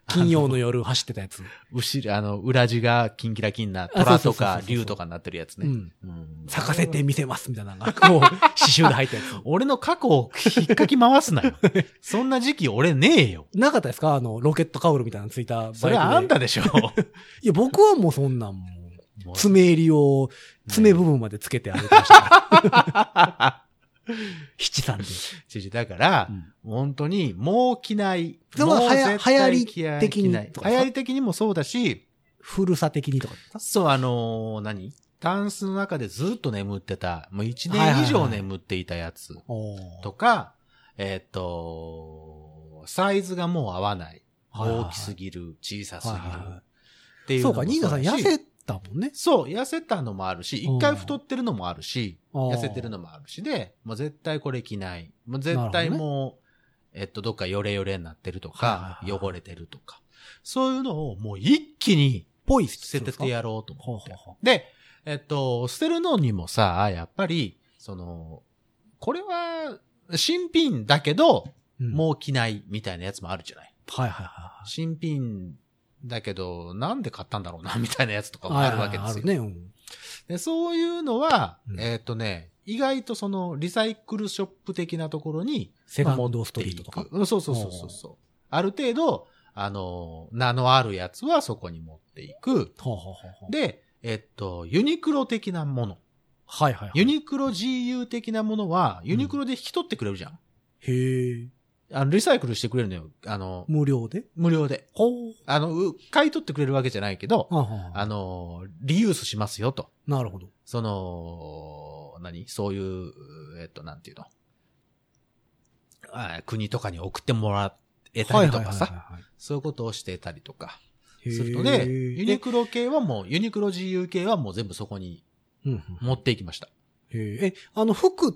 金曜の夜走ってたやつ。 後ろ、あの、裏地がキンキラキンな虎とか竜とかになってるやつね。うん。 咲かせてみせますみたいなのが、こう、刺繍で入ったやつ。 俺の過去を引っかき回すなよ。そんな時期俺ねえよ。 なかったですかあの、ロケットカウルみたいなのついたバイクで。 それあんたでしょ。 いや、僕はもうそんなんもう、爪襟を、爪部分までつけて歩いてました。七三で。 だから、うん、本当に、もう着ない。 それははや、流行り的に。流行り的にもそうだし、 古さ的にとか。 そう、あのー、何タンスの中でずっと眠ってた、もう一年以上眠っていたやつとか、はいはいはい、えー、っと、サイズがもう合わない。大きすぎる、小さすぎる。はいはいはい、っていうのもそうか、 新潟さん痩せたもんね。 そう、痩せたのもあるし、一回太ってるのもあるし、痩せてるのもあるしで、もう絶対これ着ない。もう絶対もう、ね、えっと、どっかヨレヨレになってるとか、汚れてるとか。そういうのをもう一気に、ポイ捨ててやろうと思って。で、えっと、捨てるのにもさ、やっぱり、その、これは、新品だけど、うん、もう着ないみたいなやつもあるじゃない。 はいはいはい。 新品だけど、なんで買ったんだろうな、みたいなやつとかもあるわけですよ。あるね、うん。で、そういうのは、うん、えっとね、意外とその、リサイクルショップ的なところに、 セカンドストリートとか。 そうそうそうそうそう。ある程度、あの、名のあるやつはそこに持っていく。 ほうほうほうほうで、えっと、ユニクロ的なもの。 はいはいはい。 ユニクロ ジーユー 的なものは、ユニクロで引き取ってくれるじゃん。うん、 へえ。 あの、リサイクルしてくれるのよ。あの、 無料で無料で。 ほう。 あの、買い取ってくれるわけじゃないけど、 はあはあ、 あの、リユースしますよと。 なるほど。 その、何そういう、えっと、なんていうの。あ国とかに送ってもらえたりとかさ。そういうことをしてたりとか。するとね、ユニクロ系はもう、ユニクロ ジーユー 系はもう全部そこに持っていきました。 へえ、え、あの服って、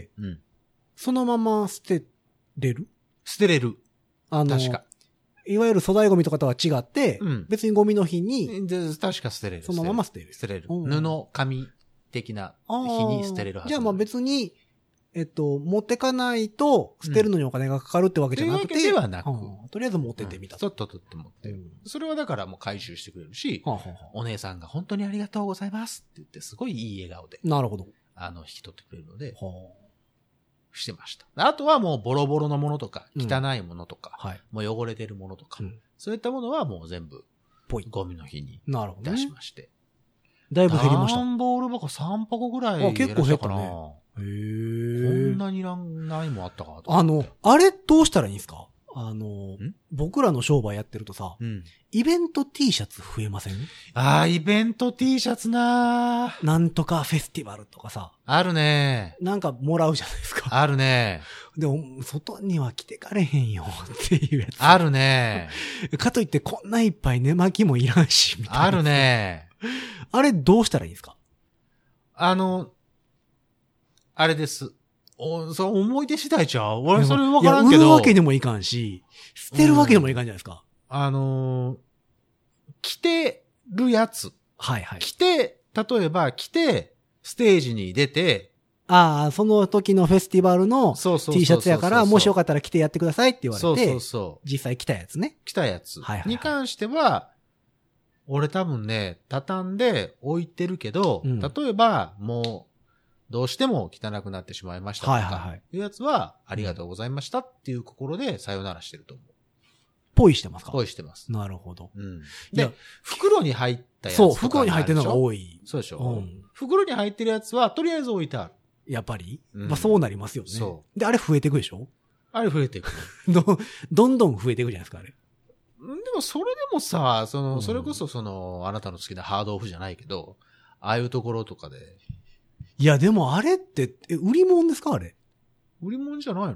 うん、そのまま捨てれる捨てれる。 あの、 確か。 いわゆる粗大ゴミとかとは違って、うん、別にゴミの日に、 確か捨てれる。 そのまま捨てれる。 捨てれる。布、紙的な日に捨てれるはず。 じゃあまあ別に、えっと、持ってかないと、捨てるのにお金がかかるってわけじゃなくて。 うん、というわけではなく、 うん。とりあえず持ってってみた。 ちょっと取って持って、うん。それはだからもう回収してくれるし、はあはあ、お姉さんが本当にありがとうございますって言って、すごいいい笑顔で。 なるほど。 あの、引き取ってくれるので、はあ、してました。あとはもうボロボロのものとか、汚いものとか、うんはい、もう汚れてるものとか、うん、そういったものはもう全部、ゴミの日に出しまして。ね、 だいぶ減りました。 段ボール箱さん箱ぐらい。 あ、結構減ったね。 へー。こんなにいらないもんあったかと。 あの、あれどうしたらいいんですか？あの、僕らの商売やってるとさ、うん、イベント T シャツ増えません？ ああ、イベント T シャツなー。 なんとかフェスティバルとかさ。 あるねー。なんかもらうじゃないですか。 あるねー。でも、外には着てかれへんよっていうやつ。 あるねー。かといってこんないっぱい寝巻きもいらんし、みたいな。 あるねー。 あれどうしたらいいんですか？ あの、あれです。お、それ思い出次第ちゃう？俺それ分からんけど。 売るわけにもいかんし、捨てるわけにもいかんじゃないですか。 うん、あのー、着てるやつ。 はいはい。 着て、例えば着て、ステージに出て、 ああ、その時のフェスティバルの T シャツやから、もしよかったら着てやってくださいって言われて、そうそうそう。実際着たやつね。 着たやつ。はいはいはい。に関しては、俺多分ね、畳んで置いてるけど、うん、例えば、もう、どうしても汚くなってしまいましたとか、はいはいはい。いうやつは、ありがとうございましたっていう心でさよならしてると思う。 ポイしてますか？ ポイしてます。 なるほど。 うん。で、袋に入ったやつとか。 そう、袋に入ってるのが多い。 そうでしょ。うん。袋に入ってるやつは、とりあえず置いてある。 やっぱり、うん、まあそうなりますよね。そう。で、あれ増えていくでしょ？ あれ増えていく。 ど、どんどん増えていくじゃないですか、あれ。 でもそれでもさ、その、それこそその、あなたの好きなハードオフじゃないけど、ああいうところとかで。 いや、でもあれって、え、売り物ですかあれ。 売り物じゃない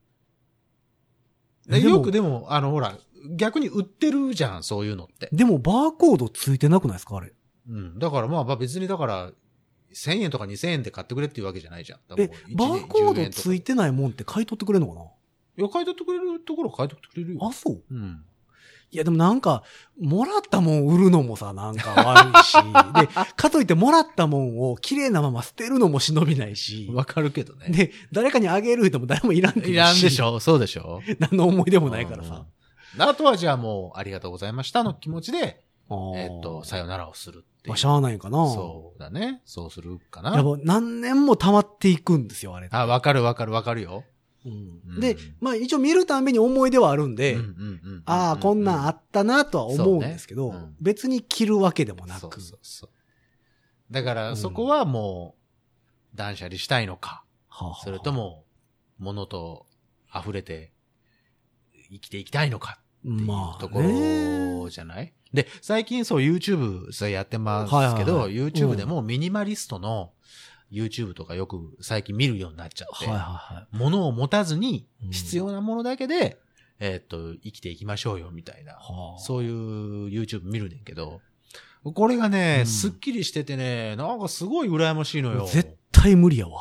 の？よくでも、あの、ほら、逆に売ってるじゃん、そういうのって。 でも、バーコードついてなくないですかあれ。 うん。だからまあ、別にだから、せんえんとかにせんえんで買ってくれっていうわけじゃないじゃん。 え、バーコードついてないもんって買い取ってくれるのかな？ いや、買い取ってくれるところは買い取ってくれるよ。 あ、そう？ うん。 いやでもなんか、もらったもん売るのもさ、なんか悪いし。で、かといってもらったもんを綺麗なまま捨てるのも忍びないし。 わかるけどね。 で、誰かにあげる人も誰もいらんっていうし。 いらんでしょ？そうでしょ？ 何の思い出もないからさ。 あとはじゃあもう、ありがとうございましたの気持ちで、えっと、さよならをするっていう。 まあ、しゃあないかな。 そうだね。そうするかな。 やっぱ何年も溜まっていくんですよ、あれ。 あ、わかるわかるわかるよ。 うん、で、まあ一応見るたんびに思い出はあるんで、ああ、こんなんあったなとは思うんですけど、ねうん、別に着るわけでもなく。そうそうそうだからそこはもう、断捨離したいのか、うん、それとも、物と溢れて生きていきたいのかっていうところじゃない、まあ、で、最近そう YouTube さやってますけど、はいはいはい、YouTube でもミニマリストの、YouTube とかよく最近見るようになっちゃって、はいはいはい、物を持たずに必要なものだけで、うん、えー、っと、生きていきましょうよみたいな、はあ、そういう YouTube 見るねんけど、これがね、うん、すっきりしててね、なんかすごい羨ましいのよ。 絶対無理やわ。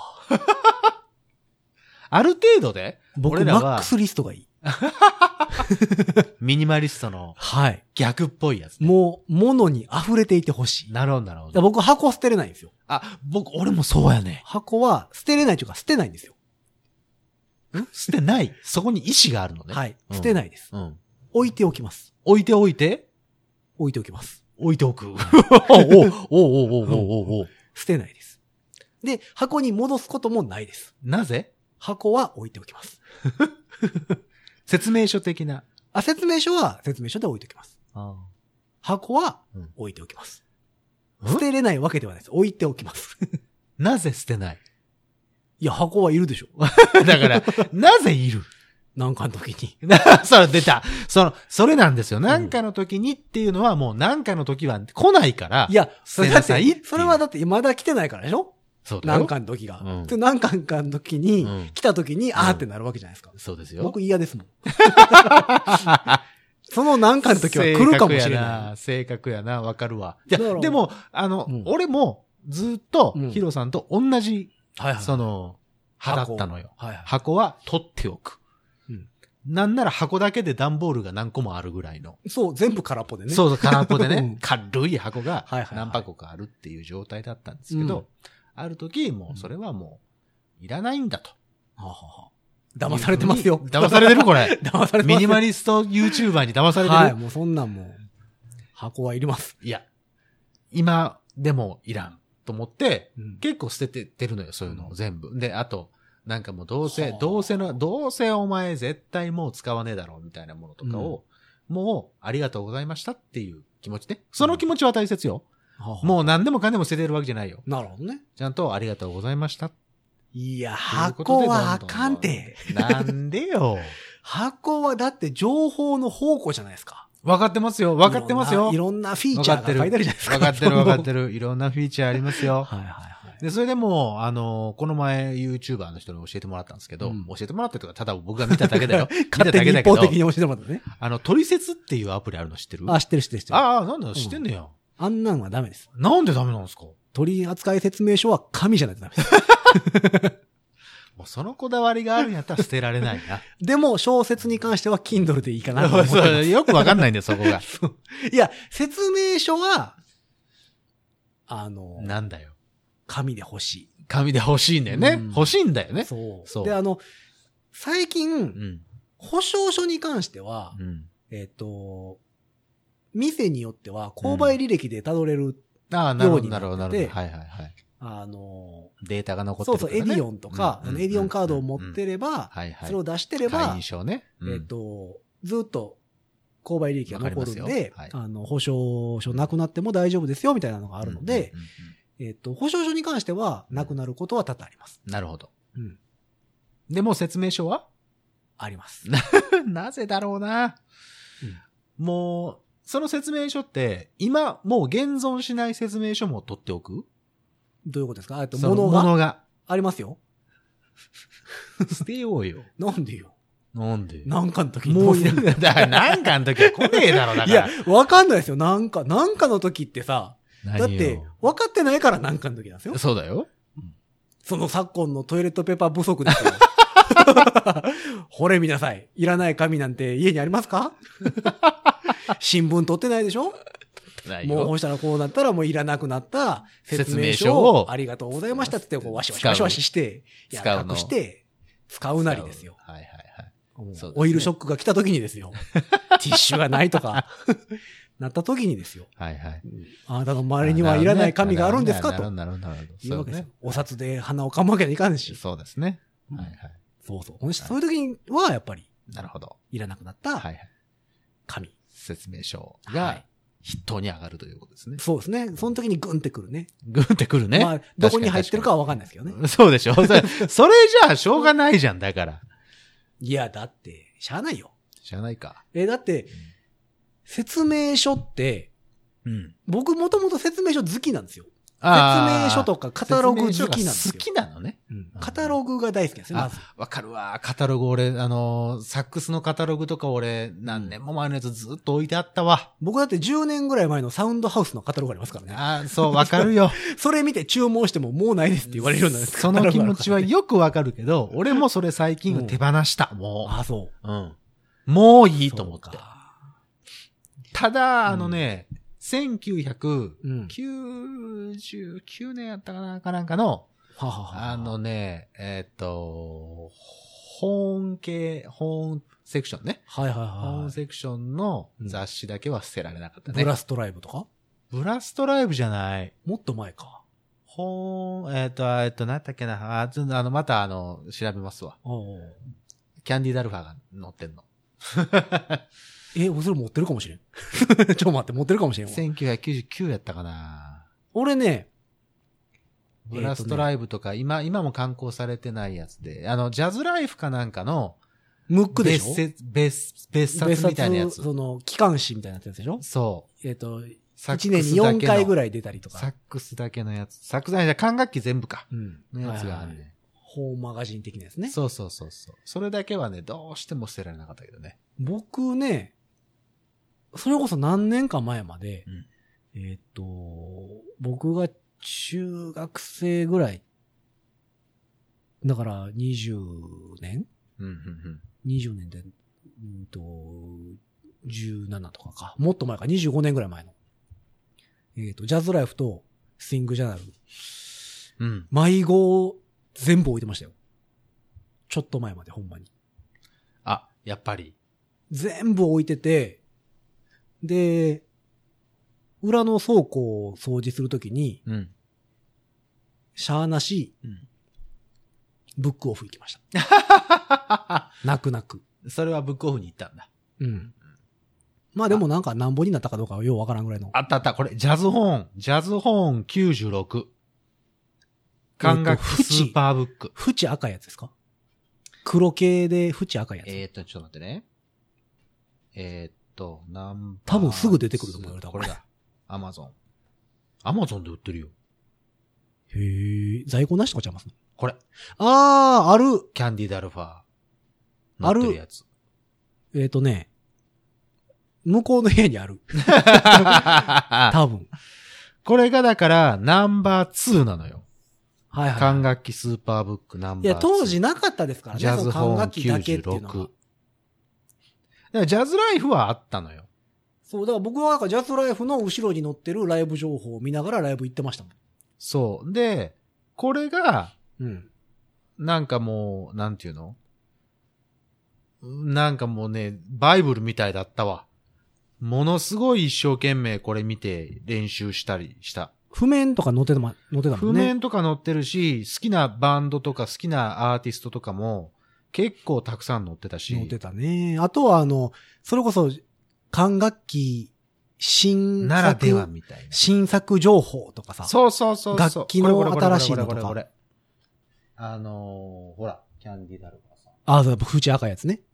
ある程度で僕俺らはマックスリストがいい。 ミニマリストの逆っぽいやつ、 ね、はい。もう、物に溢れていてほしい。 なるほど、なるほど。 僕、箱捨てれないんですよ。 あ、僕、俺もそうやね。 箱は捨てれないというか捨てないんですよ。 ん捨てないそこに意志があるのね。 はい。捨てないです。うん。置いておきます。 置いておいて置いておきます。 置いておく。おおおおおおお捨てないです。で、箱に戻すこともないです。 なぜ箱は置いておきます。 説明書的な。 あ、説明書は説明書で置いておきます。ああ箱は置いておきます。うん、捨てれないわけではないです。置いておきます。 なぜ捨てないいや、箱はいるでしょ。 だから、なぜいるなんかの時に。 それ出た。その、それなんですよ。なんかの時にっていうのはもうなんかの時は来ないから。 いや、それだって、それはだってまだ来てないからでしょそうだよ。 何かの時が。うん、何かの時に、うん、来た時に、うん、あーってなるわけじゃないですか。 そうですよ。 僕嫌ですもん。その何かの時は来るかもしれない。 正確やな、わかるわ。いや、でも、あの、うん、俺もずっと、ヒロさんと同じ、はいはい、その、派だったのよ。箱、はいはい、箱は取っておく。うん、なんなら箱だけで段ボールが何個もあるぐらいの。 そう、全部空っぽでね。 そうそう、空っぽでね。軽い箱が何箱かあるっていう状態だったんですけど、うんある時、もう、それはもう、いらないんだと。 はあはあ、騙されてますよ。 騙されてるこれ。 騙されてます。 ミニマリスト YouTuber に騙されてる。 はい、もうそんなんもう、箱はいります。 いや、今でもいらんと思って、うん、結構捨ててってるのよ、そういうのを全部。で、あと、なんかもうどうせ、はあ、どうせの、どうせお前絶対もう使わねえだろうみたいなものとかを、うん、もう、ありがとうございましたっていう気持ちね。その気持ちは大切よ。うん、もう何でもかんでも捨ててるわけじゃないよ。 なるほどね。 ちゃんとありがとうございました。 いや、箱はあかんて。 なんでよ。 箱はだって情報の宝庫じゃないですか。 わかってますよ。わかってますよ。 いろんなフィーチャーが書いてあるじゃないですか。 わかってるわかってる。いろんなフィーチャーありますよ。 はいはいはい。 で、それでも、あの、この前 YouTuber の人に教えてもらったんですけど、うん、教えてもらったとか、ただ僕が見ただけだよ。見ただけだけど。 一方的に教えてもらったね。 あの、トリセツっていうアプリあるの知ってる？ あ、知ってる知ってる知ってる。 ああ、なんだ、知ってんねや。 あんなんはダメです。 なんでダメなんですか？ 取扱説明書は紙じゃないとダメです。 もうそのこだわりがあるんやったら捨てられないな。 でも、小説に関しては Kindle でいいかなと思ってます。 よくわかんないんだよ、そこが。 いや、説明書は、あの、 なんだよ。 紙で欲しい。 紙で欲しいんだよね。うん、欲しいんだよね。 そう。そう。で、あの、最近、うん、保証書に関しては、うん、えっと、店によっては、購買履歴で辿れるようになってて、 うん、ああ、なるほど、なるほど、なるほど。はいはいはい。 あの、 データが残ってるから、ね。 そうそう、エディオンとか、うんうん、エディオンカードを持ってれば、うんうんはいはい、それを出してれば、 会員証ね。 うん、えっと、ずっと、購買履歴が残るんで、はい、あの、保証書なくなっても大丈夫ですよ、みたいなのがあるので、えっと、保証書に関しては、なくなることは多々あります。 なるほど。うん。でも説明書はあります。 なぜだろうな、うん、もう、その説明書って、今、もう現存しない説明書も取っておく？ どういうことですか？えっと、物が。物が。ありますよ。 捨てようよ。 なんでよ。 なんでなんかの時に。 もう、だからなんかの時は来ねえだろ、だから。 いや、わかんないですよ。なんか、なんかの時ってさ、だって、分かってないからなんかの時なんですよ。 そうだよ。 うん、その昨今のトイレットペーパー不足ですよ。ほれ見なさい。いらない紙なんて家にありますか？新聞取ってないでしょ？もうこうしたらこうなったらもういらなくなった説明書をありがとうございましたってこうワシワシワシワシして、や隠して、使うなりですよ。はいはいはい。 オイルショックが来た時にですよ。ティッシュがないとか、なった時にですよ。 はいはい。 あなたの周りにはいらない紙があるんですかと。 なるほど、なるほど。 いうわけですよ。お札で鼻をかむわけにいかんし。 そうですね。はいはい。 そうそう。そういう時には、やっぱり、 なるほど。 いらなくなった、紙。 説明書が、筆頭に上がるということですね。 そうですね。その時にグンってくるね。 グンってくるね。まあ、 どこに入ってるかはわかんないですけどね。 そうでしょ。それじゃあ、しょうがないじゃん、だから。 いや、だって、しゃあないよ。 しゃあないか。 え、だって、説明書って、うん、僕もともと説明書好きなんですよ。説明書とかカタログ好きなんですよ。 好きなのね。 うん、カタログが大好きなんですよ。 あ、わかるわ。カタログ俺、あのー、サックスのカタログとか俺、何年も前のやつずっと置いてあったわ。 僕だってじゅうねんぐらい前のサウンドハウスのカタログありますからね。 あ、そう、わかるよ。 それ見て注文してももうないですって言われるようになるんです。 その気持ちはよくわかるけど、俺もそれ最近手放した。もう。 あ、そう。 うん。もういいと思って。ただ、あのね、うんせんきゅうひゃくきゅうじゅうきゅうねんやったかなかなんかの、はははあのね、えっ、ー、と、本系、本セクションね。 はいはいはい。 本セクションの雑誌だけは捨てられなかったね。 ブラストライブとかブラストライブじゃない。 もっと前か。 本、えっ、ー、と、えっ、ー、と、なんだっけな。あ、ちょっとあの、またあの、調べますわ。おキャンディーダルファーが載ってんの。 え、それ持ってるかもしれん。ちょっと待って、持ってるかもしれんわ。 せんきゅうひゃくきゅうじゅうきゅうやったかな。 俺ね、 ブラストライブとか、えーね、今、今も刊行されてないやつで、あの、ジャズライフかなんかの、 ムックでしょ別、別、別冊みたいなやつ。 その、機関誌みたいなやつでしょそう。 えっ、ー、と、いちねんによんかいぐらい出たりとか。 サックスだけのやつ。サックスだけじゃ、管楽器全部か。うん。のやつがあるね。はいはい、 ホーマガジン的なやつね。 そうそうそうそう。それだけはね、どうしても捨てられなかったけどね。 僕ね、それこそ何年か前まで、うん、えっ、ー、と、僕が中学生ぐらい、だからにじゅうねん、うんうんうん、にじゅうねんで、うんと、じゅうななとかか。もっと前か、にじゅうごねんぐらい前の。えっ、ー、と、ジャズライフとスイングジャーナル。うん。迷子全部置いてましたよ。ちょっと前まで、ほんまに。 あ、やっぱり。 全部置いてて、で、裏の倉庫を掃除するときに、うん、しゃーなし、うん、ブックオフ行きました。泣く泣く。 それはブックオフに行ったんだ。うん。 まあでもなんかなんぼになったかどうかはようわからんぐらいの。 あったあった。これ、ジャズホーン。ジャズホーンきゅうじゅうろく。管楽器スーパーブック。 縁赤いやつですか？黒系で縁赤いやつ。 えーっと、ちょっと待ってね。えーっと、ナンバー。 多分すぐ出てくると思うよ、 これだ。アマゾン。アマゾンで売ってるよ。 へー。在庫なしとかちゃいますね。 これ。 あー、ある。 キャンディーダルファー。あるやつ。 えーっとね、向こうの部屋にある。多分。 これがだから、ナンバーツーなのよ。 はいはい。 管楽器スーパーブックナンバーツー。 いや、当時なかったですからね。 ジャズホーンきゅうじゅうろく。だからジャズライフはあったのよ。 そう、だから僕はなんかジャズライフの後ろに載ってるライブ情報を見ながらライブ行ってましたもん。 そう。で、これが、うん。なんかもう、なんていうの？なんかもうね、バイブルみたいだったわ。ものすごい一生懸命これ見て練習したりした。 譜面とか載ってたもんね。譜面とか載ってるし、好きなバンドとか好きなアーティストとかも結構たくさん載ってたし。 載ってたね。あとはあの、それこそ管楽器新作。 ならではみたいな。 新作情報とかさ。 そうそうそうそう。 楽器の新しいのとか。 あのー、ほら、キャンディーダルバーさん。 ああ、そう、縁赤いやつね。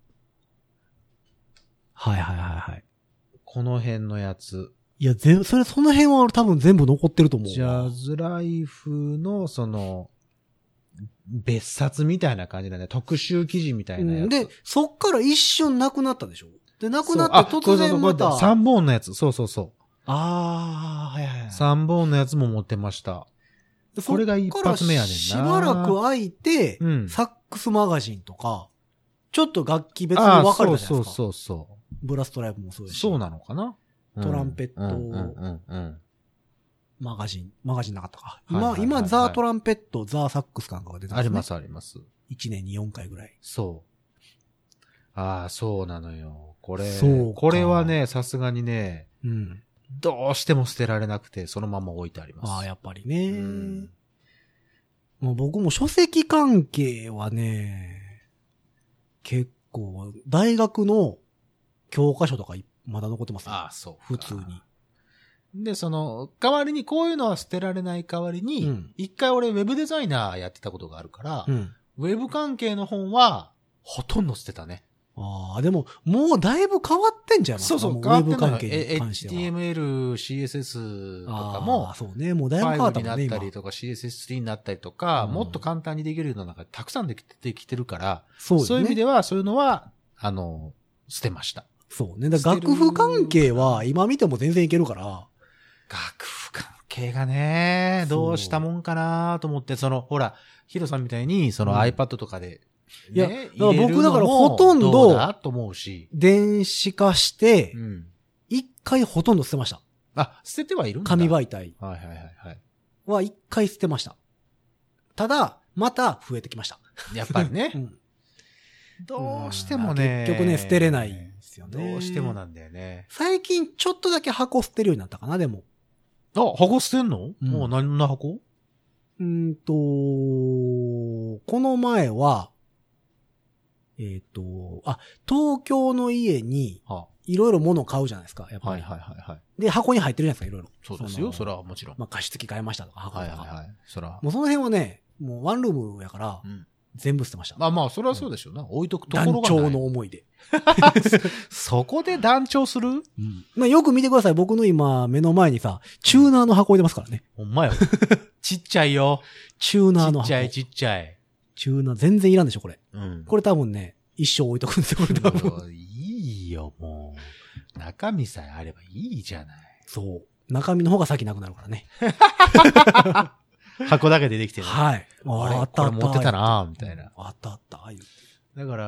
はいはいはいはい。 この辺のやつ。 いや、全、それ、その辺は多分全部残ってると思う。 ジャズライフの、その、別冊みたいな感じだね。特集記事みたいなやつ。うん、 で、そっから一瞬なくなったでしょ？で、なくなって突然また。 さんぼんのやつ。そうそうそう。 ああ、はいはいはい。 さんぼんのやつも持ってました。これが一発目やねんな。 しばらく空いて、うん、サックスマガジンとか、ちょっと楽器別に分かれたじゃないですか。 そうそうそうそう。 ブラストライブもそうですし。 そうなのかな？ トランペット、マガジン、マガジンなかったか。今、今、ザ・トランペット、ザ・サックスかなんかが出てますね。 あります、あります。 いちねんによんかいぐらい。 そう。 ああ、そうなのよ。これ、そうこれはね、さすがにね、うん、どうしても捨てられなくて、そのまま置いてあります。 ああ、やっぱりね。うん、もう僕も書籍関係はね、結構、大学の教科書とかまだ残ってますね。 ああ、そう。 普通に。 で、その、代わりにこういうのは捨てられない代わりに、うん、一回俺ウェブデザイナーやってたことがあるから、うん、ウェブ関係の本はほとんど捨てたね。 ああ、でも、もうだいぶ変わってんじゃないですか。 そうそう、 変わってんの。ウェブ関係に関しては。 エイチティーエムエル、シーエスエス とかも、 あそうね、もうだいぶ変わったもんね。 ファイブになったりとか シーエスエススリー になったりとか、うん、もっと簡単にできるようなのがたくさんできてきてるから、そうですね。そういう意味では、そういうのは、あの、捨てました。 そうね。だ楽譜関係は今見ても全然いけるから。 楽譜関係がね、どうしたもんかなと思って、その、ほら、ヒロさんみたいに、その iPad とかで、 うん、いや、だから僕だからほとんど、 と思うし、 電子化して、一、うん、回ほとんど捨てました。 あ、捨ててはいるんだ。 紙媒体。 はいはいはいはい。 は一回捨てました。ただ、また増えてきました。 やっぱりね。うん、どうしてもね。 結局ね、捨てれないんですよね。 どうしてもなんだよね。 最近ちょっとだけ箱捨てるようになったかな、でも。 あ、箱捨てんの、うん、もう何の箱うんと、この前は、えっ、ー、と、あ、東京の家に、いろいろ物を買うじゃないですか、やっぱり。はいはいはい、はい。で、箱に入ってるじゃないですか、いろいろ。 そうですよ、それはもちろん。 まあ、加湿器買いましたとか、箱とか。はいはいはい。 そら。 もうその辺はね、もうワンルームやから、うん、全部捨てました。 まあまあ、それはそうでしょうな。うん、置いとくところがない。 団長の思いで。 そこで団長する、うん、 まあよく見てください。僕の今、目の前にさ、チューナーの箱置いてますからね。 ほんまよ。ちっちゃいよ。 チューナーの箱。 ちっちゃいちっちゃい。 チューナー全然いらんでしょ、これ。うん。これ多分ね、一生置いとくんですよ、これ多分。 いいよ、もう。中身さえあればいいじゃない。 そう。中身の方が先なくなるからね。 箱だけでできてる。 はい。 あれ、あったあった。これ持ってたなみたいな。 あったあった。言って。 だから、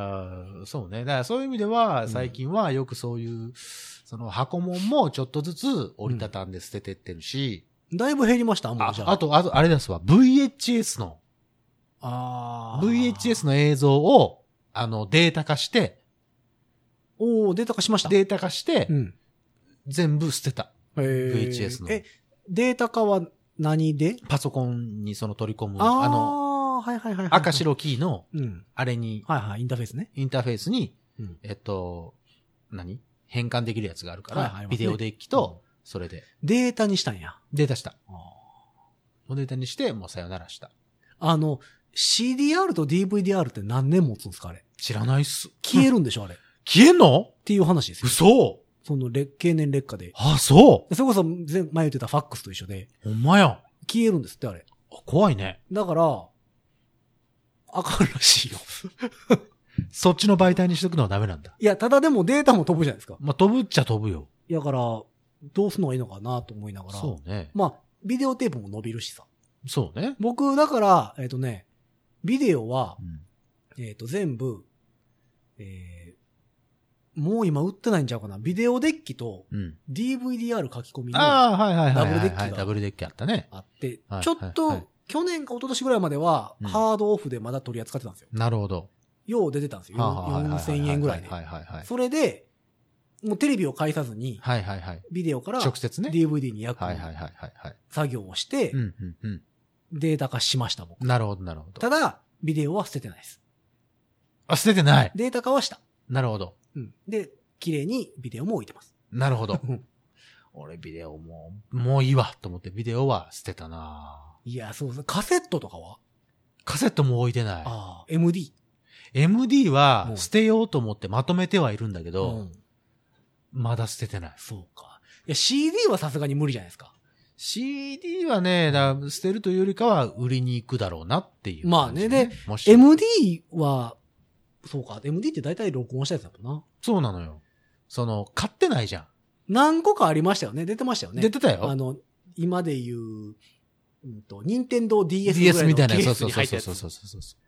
そうね。だからそういう意味では、最近はよくそういう、うん、その箱もんもちょっとずつ折りたたんで捨ててってるし。 うん、だいぶ減りましたもうじゃあ。 あと、あと、あれですわ。ブイエイチエス の。 ああ。ブイエイチエス の映像を、あの、データ化して。 おー、データ化しました。 データ化して、うん、全部捨てた。 ブイエイチエス の。 え、データ化は何で？ パソコンにその取り込む、 あ, あの、 はいはいはいはい、 赤白キーの、あれに、 はいはい、インターフェースね。 インターフェースに、うん、えっと、何変換できるやつがあるから、はいはい、ビデオデッキと、それで、 うん。データにしたんや。 データした。データにして、もうさよならした。 あの、シーディーアール と ディーブイディーアール って何年持つんですかあれ。 知らないっす。 消えるんでしょあれ。 消えんのっていう話ですよ。 嘘その、経年劣化で。 あ、そう。 それこそ、前、前言ってたファックスと一緒で。 ほんまや。 消えるんですって、あれ。 怖いね。 だから、あかんらしいよ。 そっちの媒体にしとくのはダメなんだ。 いや、ただでもデータも飛ぶじゃないですか。 まあ、飛ぶっちゃ飛ぶよ。 だから、どうするのがいいのかなと思いながら。 そうね。 まあ、ビデオテープも伸びるしさ。 そうね。 僕、だから、えっ、ー、とね、ビデオは、うん、えっ、ー、と、全部、えー、もう今売ってないんちゃうかな。ビデオデッキと、ディーブイディーアール 書き込みの、ダブルデッキが、 ダブルデッキあったね。 あって、ちょっと、去年か一昨年ぐらいまでは、うん、ハードオフでまだ取り扱ってたんですよ。 なるほど。 よう出てたんですよ。よんせんえんぐらいで。それで、もうテレビを介さずに、 はいはいはい、 ビデオから、 直接ね、 ディーブイディー に焼く、作業をして、データ化しました、僕。 なるほど、なるほど。 ただ、ビデオは捨ててないです。 あ、捨ててない。 データ化はした。 なるほど。 うん。で、綺麗にビデオも置いてます。 なるほど。俺ビデオも、もういいわ、と思ってビデオは捨てたないや、そうそう。カセットとかはカセットも置いてない。 ああ、エムディー。 エムディー は捨てようと思ってまとめてはいるんだけど、うん、まだ捨ててない。 そうか。いや、シーディー はさすがに無理じゃないですか。 シーディー はね、だ捨てるというよりかは売りに行くだろうなっていう、ね。 まあね。で、エムディー は、そうか。エムディー って大体録音したやつだもんな。 そうなのよ。その、買ってないじゃん。 何個かありましたよね。出てましたよね。 出てたよ。 あの、今で言う、うんと、ニンテンドー ディーエス ぐらいのディーエス みたいな。 そうそうそうそうそうそうそう。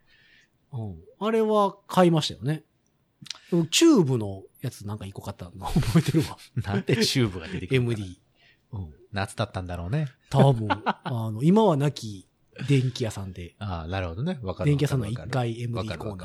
うん。あれは買いましたよね。チューブのやつなんか一個買ったの覚えてるわ。 なんでチューブが出てくるエムディー。 うん。夏だったんだろうね。 多分、あの、今はなき電気屋さんで。 ああ、なるほどね。わかる。 電気屋さんのいっかい エムディー コーナー。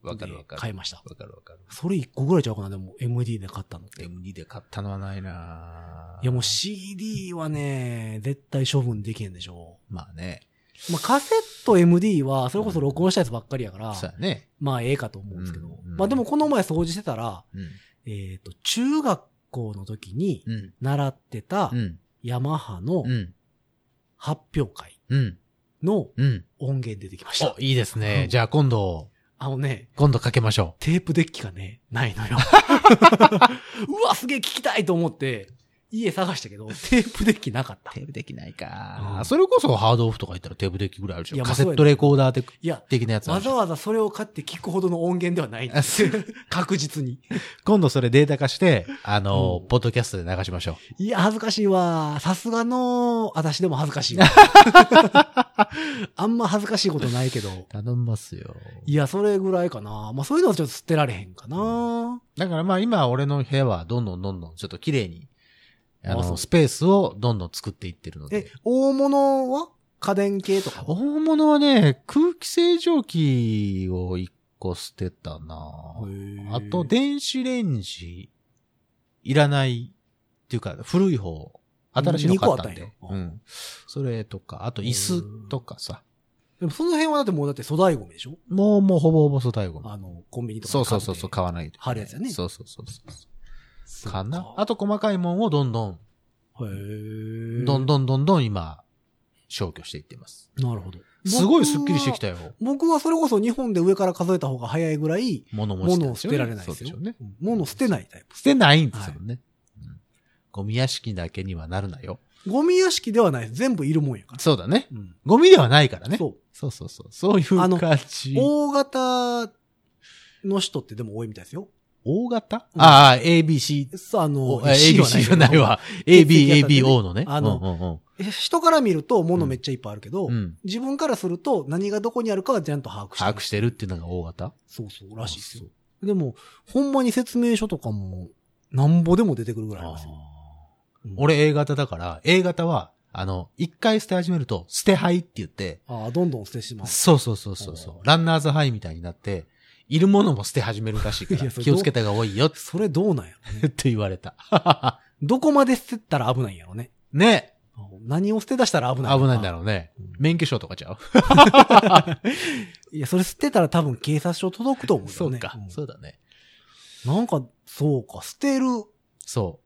わかるわかる。 買いました。 わかるわかる。 それいっこぐらいちゃうかな、でも エムディー で買ったの。 エムディー で買ったのはないないやもう シーディー はね、絶対処分できへんでしょ。 まあね。 まあカセット エムディー は、それこそ録音したやつばっかりやから、うん、 そうやね。 まあええかと思うんですけど。うんうん、まあでもこの前掃除してたら、うん、えっと、中学校の時に習ってた、ヤマハの発表会の音源出てきました。 お、いいですね。じゃあ今度、 あのね、 今度かけましょう。テープデッキがね、ないのよ。うわ、すげえ聞きたいと思って、家探したけど、テープデッキなかった。 テープデッキないか、うん。それこそハードオフとか言ったらテープデッキぐらいあるでしょ。 いやカセットレコーダー的いや的なやつある。 わざわざそれを買って聞くほどの音源ではないんです。確実に。 今度それデータ化して、あの、うん、ポッドキャストで流しましょう。いや、恥ずかしいわ。さすがの、私でも恥ずかしいわ。あんま恥ずかしいことないけど。 頼みますよ。 いや、それぐらいかな。まあそういうのはちょっと捨てられへんかな。 だからまあ今俺の部屋はどんどんどんどんちょっと綺麗に、あの、スペースをどんどん作っていってるので。 え、大物は家電系とか大物はね、空気清浄機を一個捨てたな。あと、電子レンジ、いらないっていうか、古い方、新しいの買ったんで。にこあったんや。うん。それとか、あと椅子とかさ。 でもその辺はだってもうだって粗大ゴミでしょ？ もうもうほぼほぼ粗大ゴミ。 あの、コンビニとかそうそうそうそう、買わないで、ね。 貼るやつやね。 そうそうそうそう。かな。あと細かいもんをどんどん、 へーどんどんどんどん今、消去していってます。 なるほど。 すごいスッキリしてきたよ。 僕はそれこそ日本で上から数えた方が早いぐらい、 物持ち、物を捨てられないですよ。 そうでしょうね。 物捨てないタイプ。 捨てないんですよね、はいうん。ゴミ屋敷だけにはなるなよ。 ゴミ屋敷ではないです。全部いるもんやから。 そうだね。うん、ゴミではないからね。 そう。 そうそうそう。そういう感じ。 大型の人ってでも多いみたいですよ。 大型、うん、ああ、エービーシー。 そう、あの、 エービーシー じゃないわ。エービー、エービーオー のね。 あの、うんうんうん、人から見ると物めっちゃいっぱいあるけど、うん、自分からすると何がどこにあるかはちゃんと把握してる。 把握してるっていうのが大型？ そうそう、らしいですよ。でも、ほんまに説明書とかも、なんぼでも出てくるぐらいありますよ。 うん、俺 A 型だから、A 型は、あの、一回捨て始めると、捨て灰って言って。 ああ、どんどん捨てします。 そうそうそうそうそう。ランナーズハイみたいになって、いるものも捨て始めるらしいから、気をつけた方がいいよ。 それどうなんやろね。 って言われた。 どこまで捨てたら危ないんやろね。 ね。 何を捨て出したら危ない危ないんだろうね。うん、免許証とかちゃういや、それ捨てたら多分警察署届くと思うよね。 そうか、うん。そうだね。 なんか、そうか、捨てる。 そう。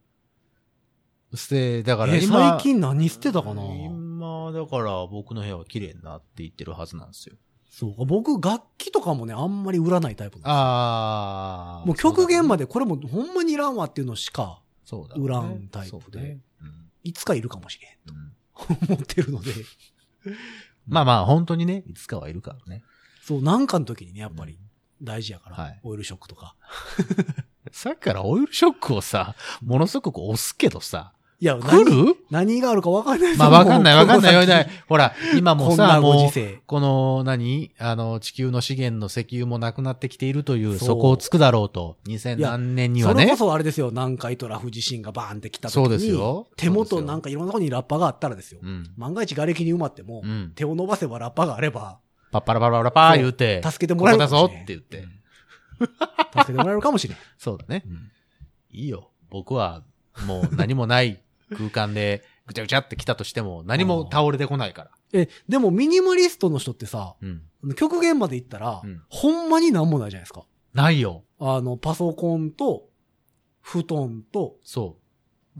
捨て、だから今。 最近何捨てたかな？ 今、だから僕の部屋は綺麗になっていってるはずなんですよ。 そうか。僕、楽器とかもね、あんまり売らないタイプなんですよ。 ああ。 もう極限までこれもほんまにいらんわっていうのしか、売らんタイプで、ねうん、いつかいるかもしれんと、うん、思ってるので。 まあまあ、本当にね、いつかはいるからね。 そう、なんかの時にね、やっぱり大事やから、うんはい、オイルショックとか。 さっきからオイルショックをさ、ものすごく押すけどさ、 いや、 来る何があるか分かんないですまあ分かんない分かんないよ。ほら、今もさ、 もう、 この何、あの、地球の資源の石油もなくなってきているという、そこをつくだろうと、にせん何年にはね。 それこそあれですよ、南海トラフ地震がバーンって来た時に。 そうですよ。 手元なんかいろんなところにラッパがあったらですよ。うん、万が一瓦礫に埋まっても、うん、手を伸ばせばラッパがあれば、 パッパラパラパラパー言うて、 助けてもらえるかもしれん。 ここだぞって言って。 助けてもらえるかもしれん。 そうだね。うん、いいよ。僕は、もう何もない空間でぐちゃぐちゃって来たとしても何も倒れてこないから。 え、でもミニマリストの人ってさ、うん、極限まで行ったら、うん、ほんまになんもないじゃないですか。 ないよ。 あの、パソコンと、布団と、 そう。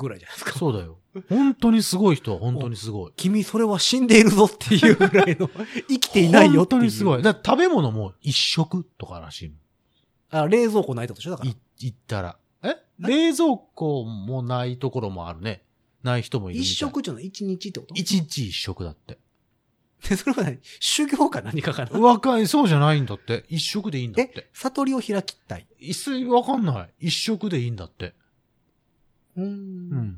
ぐらいじゃないですか。 そうだよ。本当にすごい人は本当にすごい。 君それは死んでいるぞっていうぐらいの、生きていないよっていう。 本当にすごい。だから食べ物も一食とからしいの。あ、冷蔵庫ないとでしょだから。 い、行ったら。え冷蔵庫もないところもあるね。ない人もいるみたい。 一食っていうのは一日ってこと？ 一日一食だって。 で、それは何？修行か何かかな？ 若い、そうじゃないんだって。一食でいいんだって。 え、悟りを開きたい。 一斉わかんない。一食でいいんだって。 うーん。うん。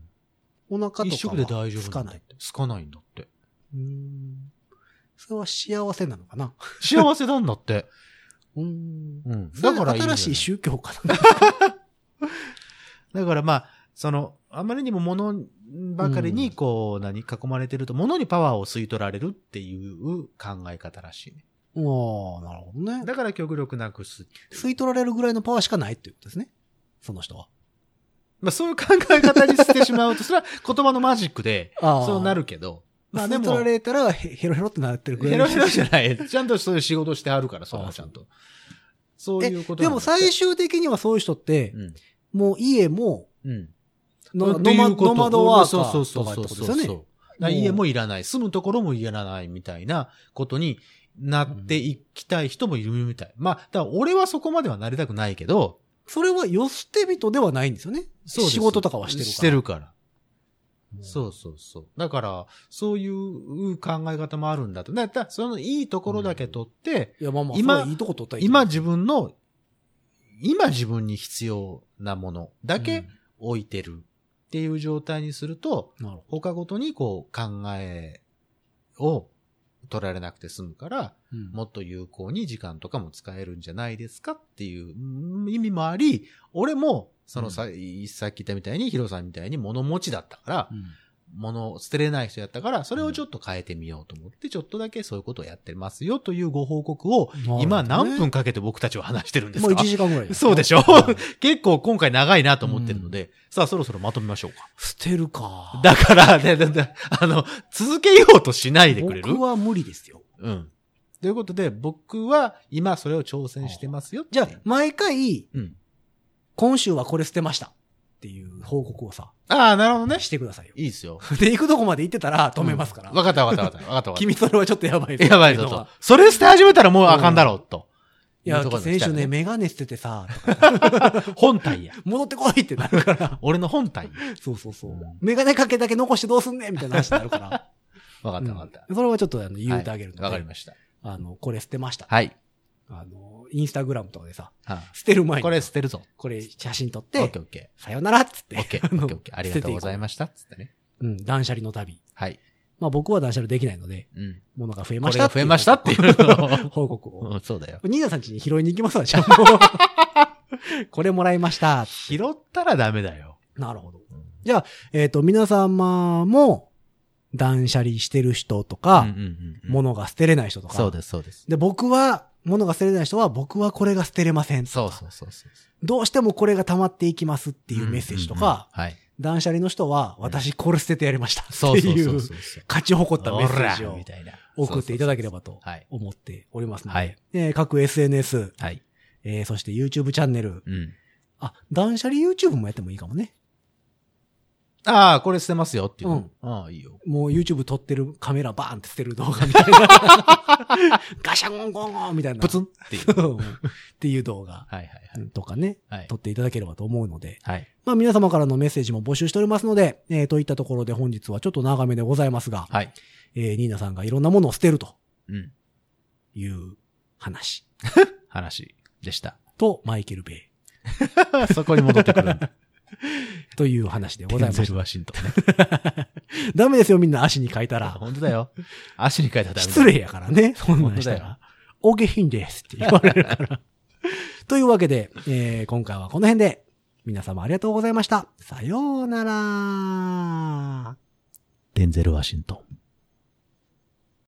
お腹とかは一食で大丈夫つかない。 つかないんだって。 うーん。それは幸せなのかな？ 幸せなんだって。 うーん。 うん。 だから新しい宗教かな。 だからまあ、その、あまりにも物ばかりに、こう、何、囲まれてると、物にパワーを吸い取られるっていう考え方らしいね。 ああ、なるほどね。 だから極力なくす。 吸い取られるぐらいのパワーしかないっていうことですね。その人は。 まあそういう考え方にしてしまうと、それは言葉のマジックで、そうなるけど。 まあでも。吸い取られたらヘロヘロってなってるぐらい。 ヘロヘロじゃない。ちゃんとそういう仕事してあるから、それはちゃんと。そういうことでも最終的にはそういう人って、うん、もう家も、うん、ノマドワーカーとかってことですよね。そうそうそうそう。 家もいらない。住むところもいらないみたいなことになっていきたい人もいるみたい。うん、まあ、だから俺はそこまではなりたくないけど、 それはよ捨て人ではないんですよね。そうです。仕事とかはしてるから。 してるから。うん、そうそうそう。だから、そういう考え方もあるんだと。だから、そのいいところだけ取って、 うん、いや、まあまあ、 今、 いいとこ取ったらいい今自分の、今自分に必要なものだけ置いてるっていう状態にすると、うん、他ごとにこう考えを取られなくて済むから、うん、もっと有効に時間とかも使えるんじゃないですかっていう意味もあり、俺も、そのさ、うん、さっき言ったみたいに、ヒロさんみたいに物持ちだったから、うん、物を捨てれない人やったから、それをちょっと変えてみようと思って、ちょっとだけそういうことをやってますよというご報告を、今何分かけて僕たちは話してるんですか？ もういちじかんぐらいです。 そうでしょ結構今回長いなと思ってるので、うん、さあそろそろまとめましょうか。 捨てるか。 だから、ね、あの、続けようとしないでくれる？ 僕は無理ですよ。 うん。ということで、僕は今それを挑戦してますよ。 じゃあ、毎回、うん、今週はこれ捨てました。っていう報告をさ。 ああ、なるほどね。 してくださいよ。 いいですよ。 で、行くとこまで行ってたら止めますから。 わ、うん、かったわかったわかった。わかったわかった。 君それはちょっとやばいぞ。やばいぞと。それ捨て始めたらもうあかんだろうと。 いや、先週ね、メガネ捨ててさ、 本体や。 戻ってこいってなるから。 俺の本体。 そうそうそう。メガネかけだけ残してどうすんねんみたいな話になるから。 わかったわかった。 それはちょっとあの言うてあげるので。 わかりました。 あの、これ捨てました。 はい。 あの、インスタグラムとかでさ、はあ、捨てる前に。 これ捨てるぞ。 これ写真撮って、 オッケーオッケー。さよならっつって。 オッケーオッケーオッケー。ありがとうございました。つってね。 うん、断捨離の旅。 はい。 まあ僕は断捨離できないので、うん。物が増えました。 これが増えましたっていう報告を。 うん、そうだよ。 ニーナさん家に拾いに行きますわ、じゃあもう。これもらいました。 拾ったらダメだよ。 なるほど。うん、じゃあ、えっ、ー、と、皆様も、断捨離してる人とか、うんうんうんうん、物が捨てれない人とか。 そうです、そうです。 で、僕は、物が捨てれない人は、僕はこれが捨てれません。 そうそうそうそう。 どうしてもこれが溜まっていきますっていうメッセージとか、うんうんうん、はい。断捨離の人は、私これ捨ててやりました。っていう、勝ち誇ったメッセージを送っていただければと思っておりますので、はい。えー、各 エスエヌエス、はい。えー、そして YouTube チャンネル、うん。あ、断捨離 YouTube もやってもいいかもね。 ああ、これ捨てますよっていう。うん。ああ、いいよ。 もう YouTube 撮ってるカメラバーンって捨てる動画みたいな。ガシャンゴンゴンみたいな。 プツンっていう。 っていう動画。 はいはいはい。 とかね。はい。撮っていただければと思うので。 はい。 まあ皆様からのメッセージも募集しておりますので、えー、といったところで本日はちょっと長めでございますが。はい。えー、ニーナさんがいろんなものを捨てると。うん。いう話。 話でした。 と、マイケル・ベイ。そこに戻ってくるんだ。 という話でございます。 デンゼルワシントンね。 ダメですよ、みんな足に書いたら。 本当だよ。足に書いたらダメだ。 失礼やからね。そんなんしたら。お下品ですって言われるから。というわけで、えー、今回はこの辺で、皆様ありがとうございました。さようなら。 デンゼルワシントン。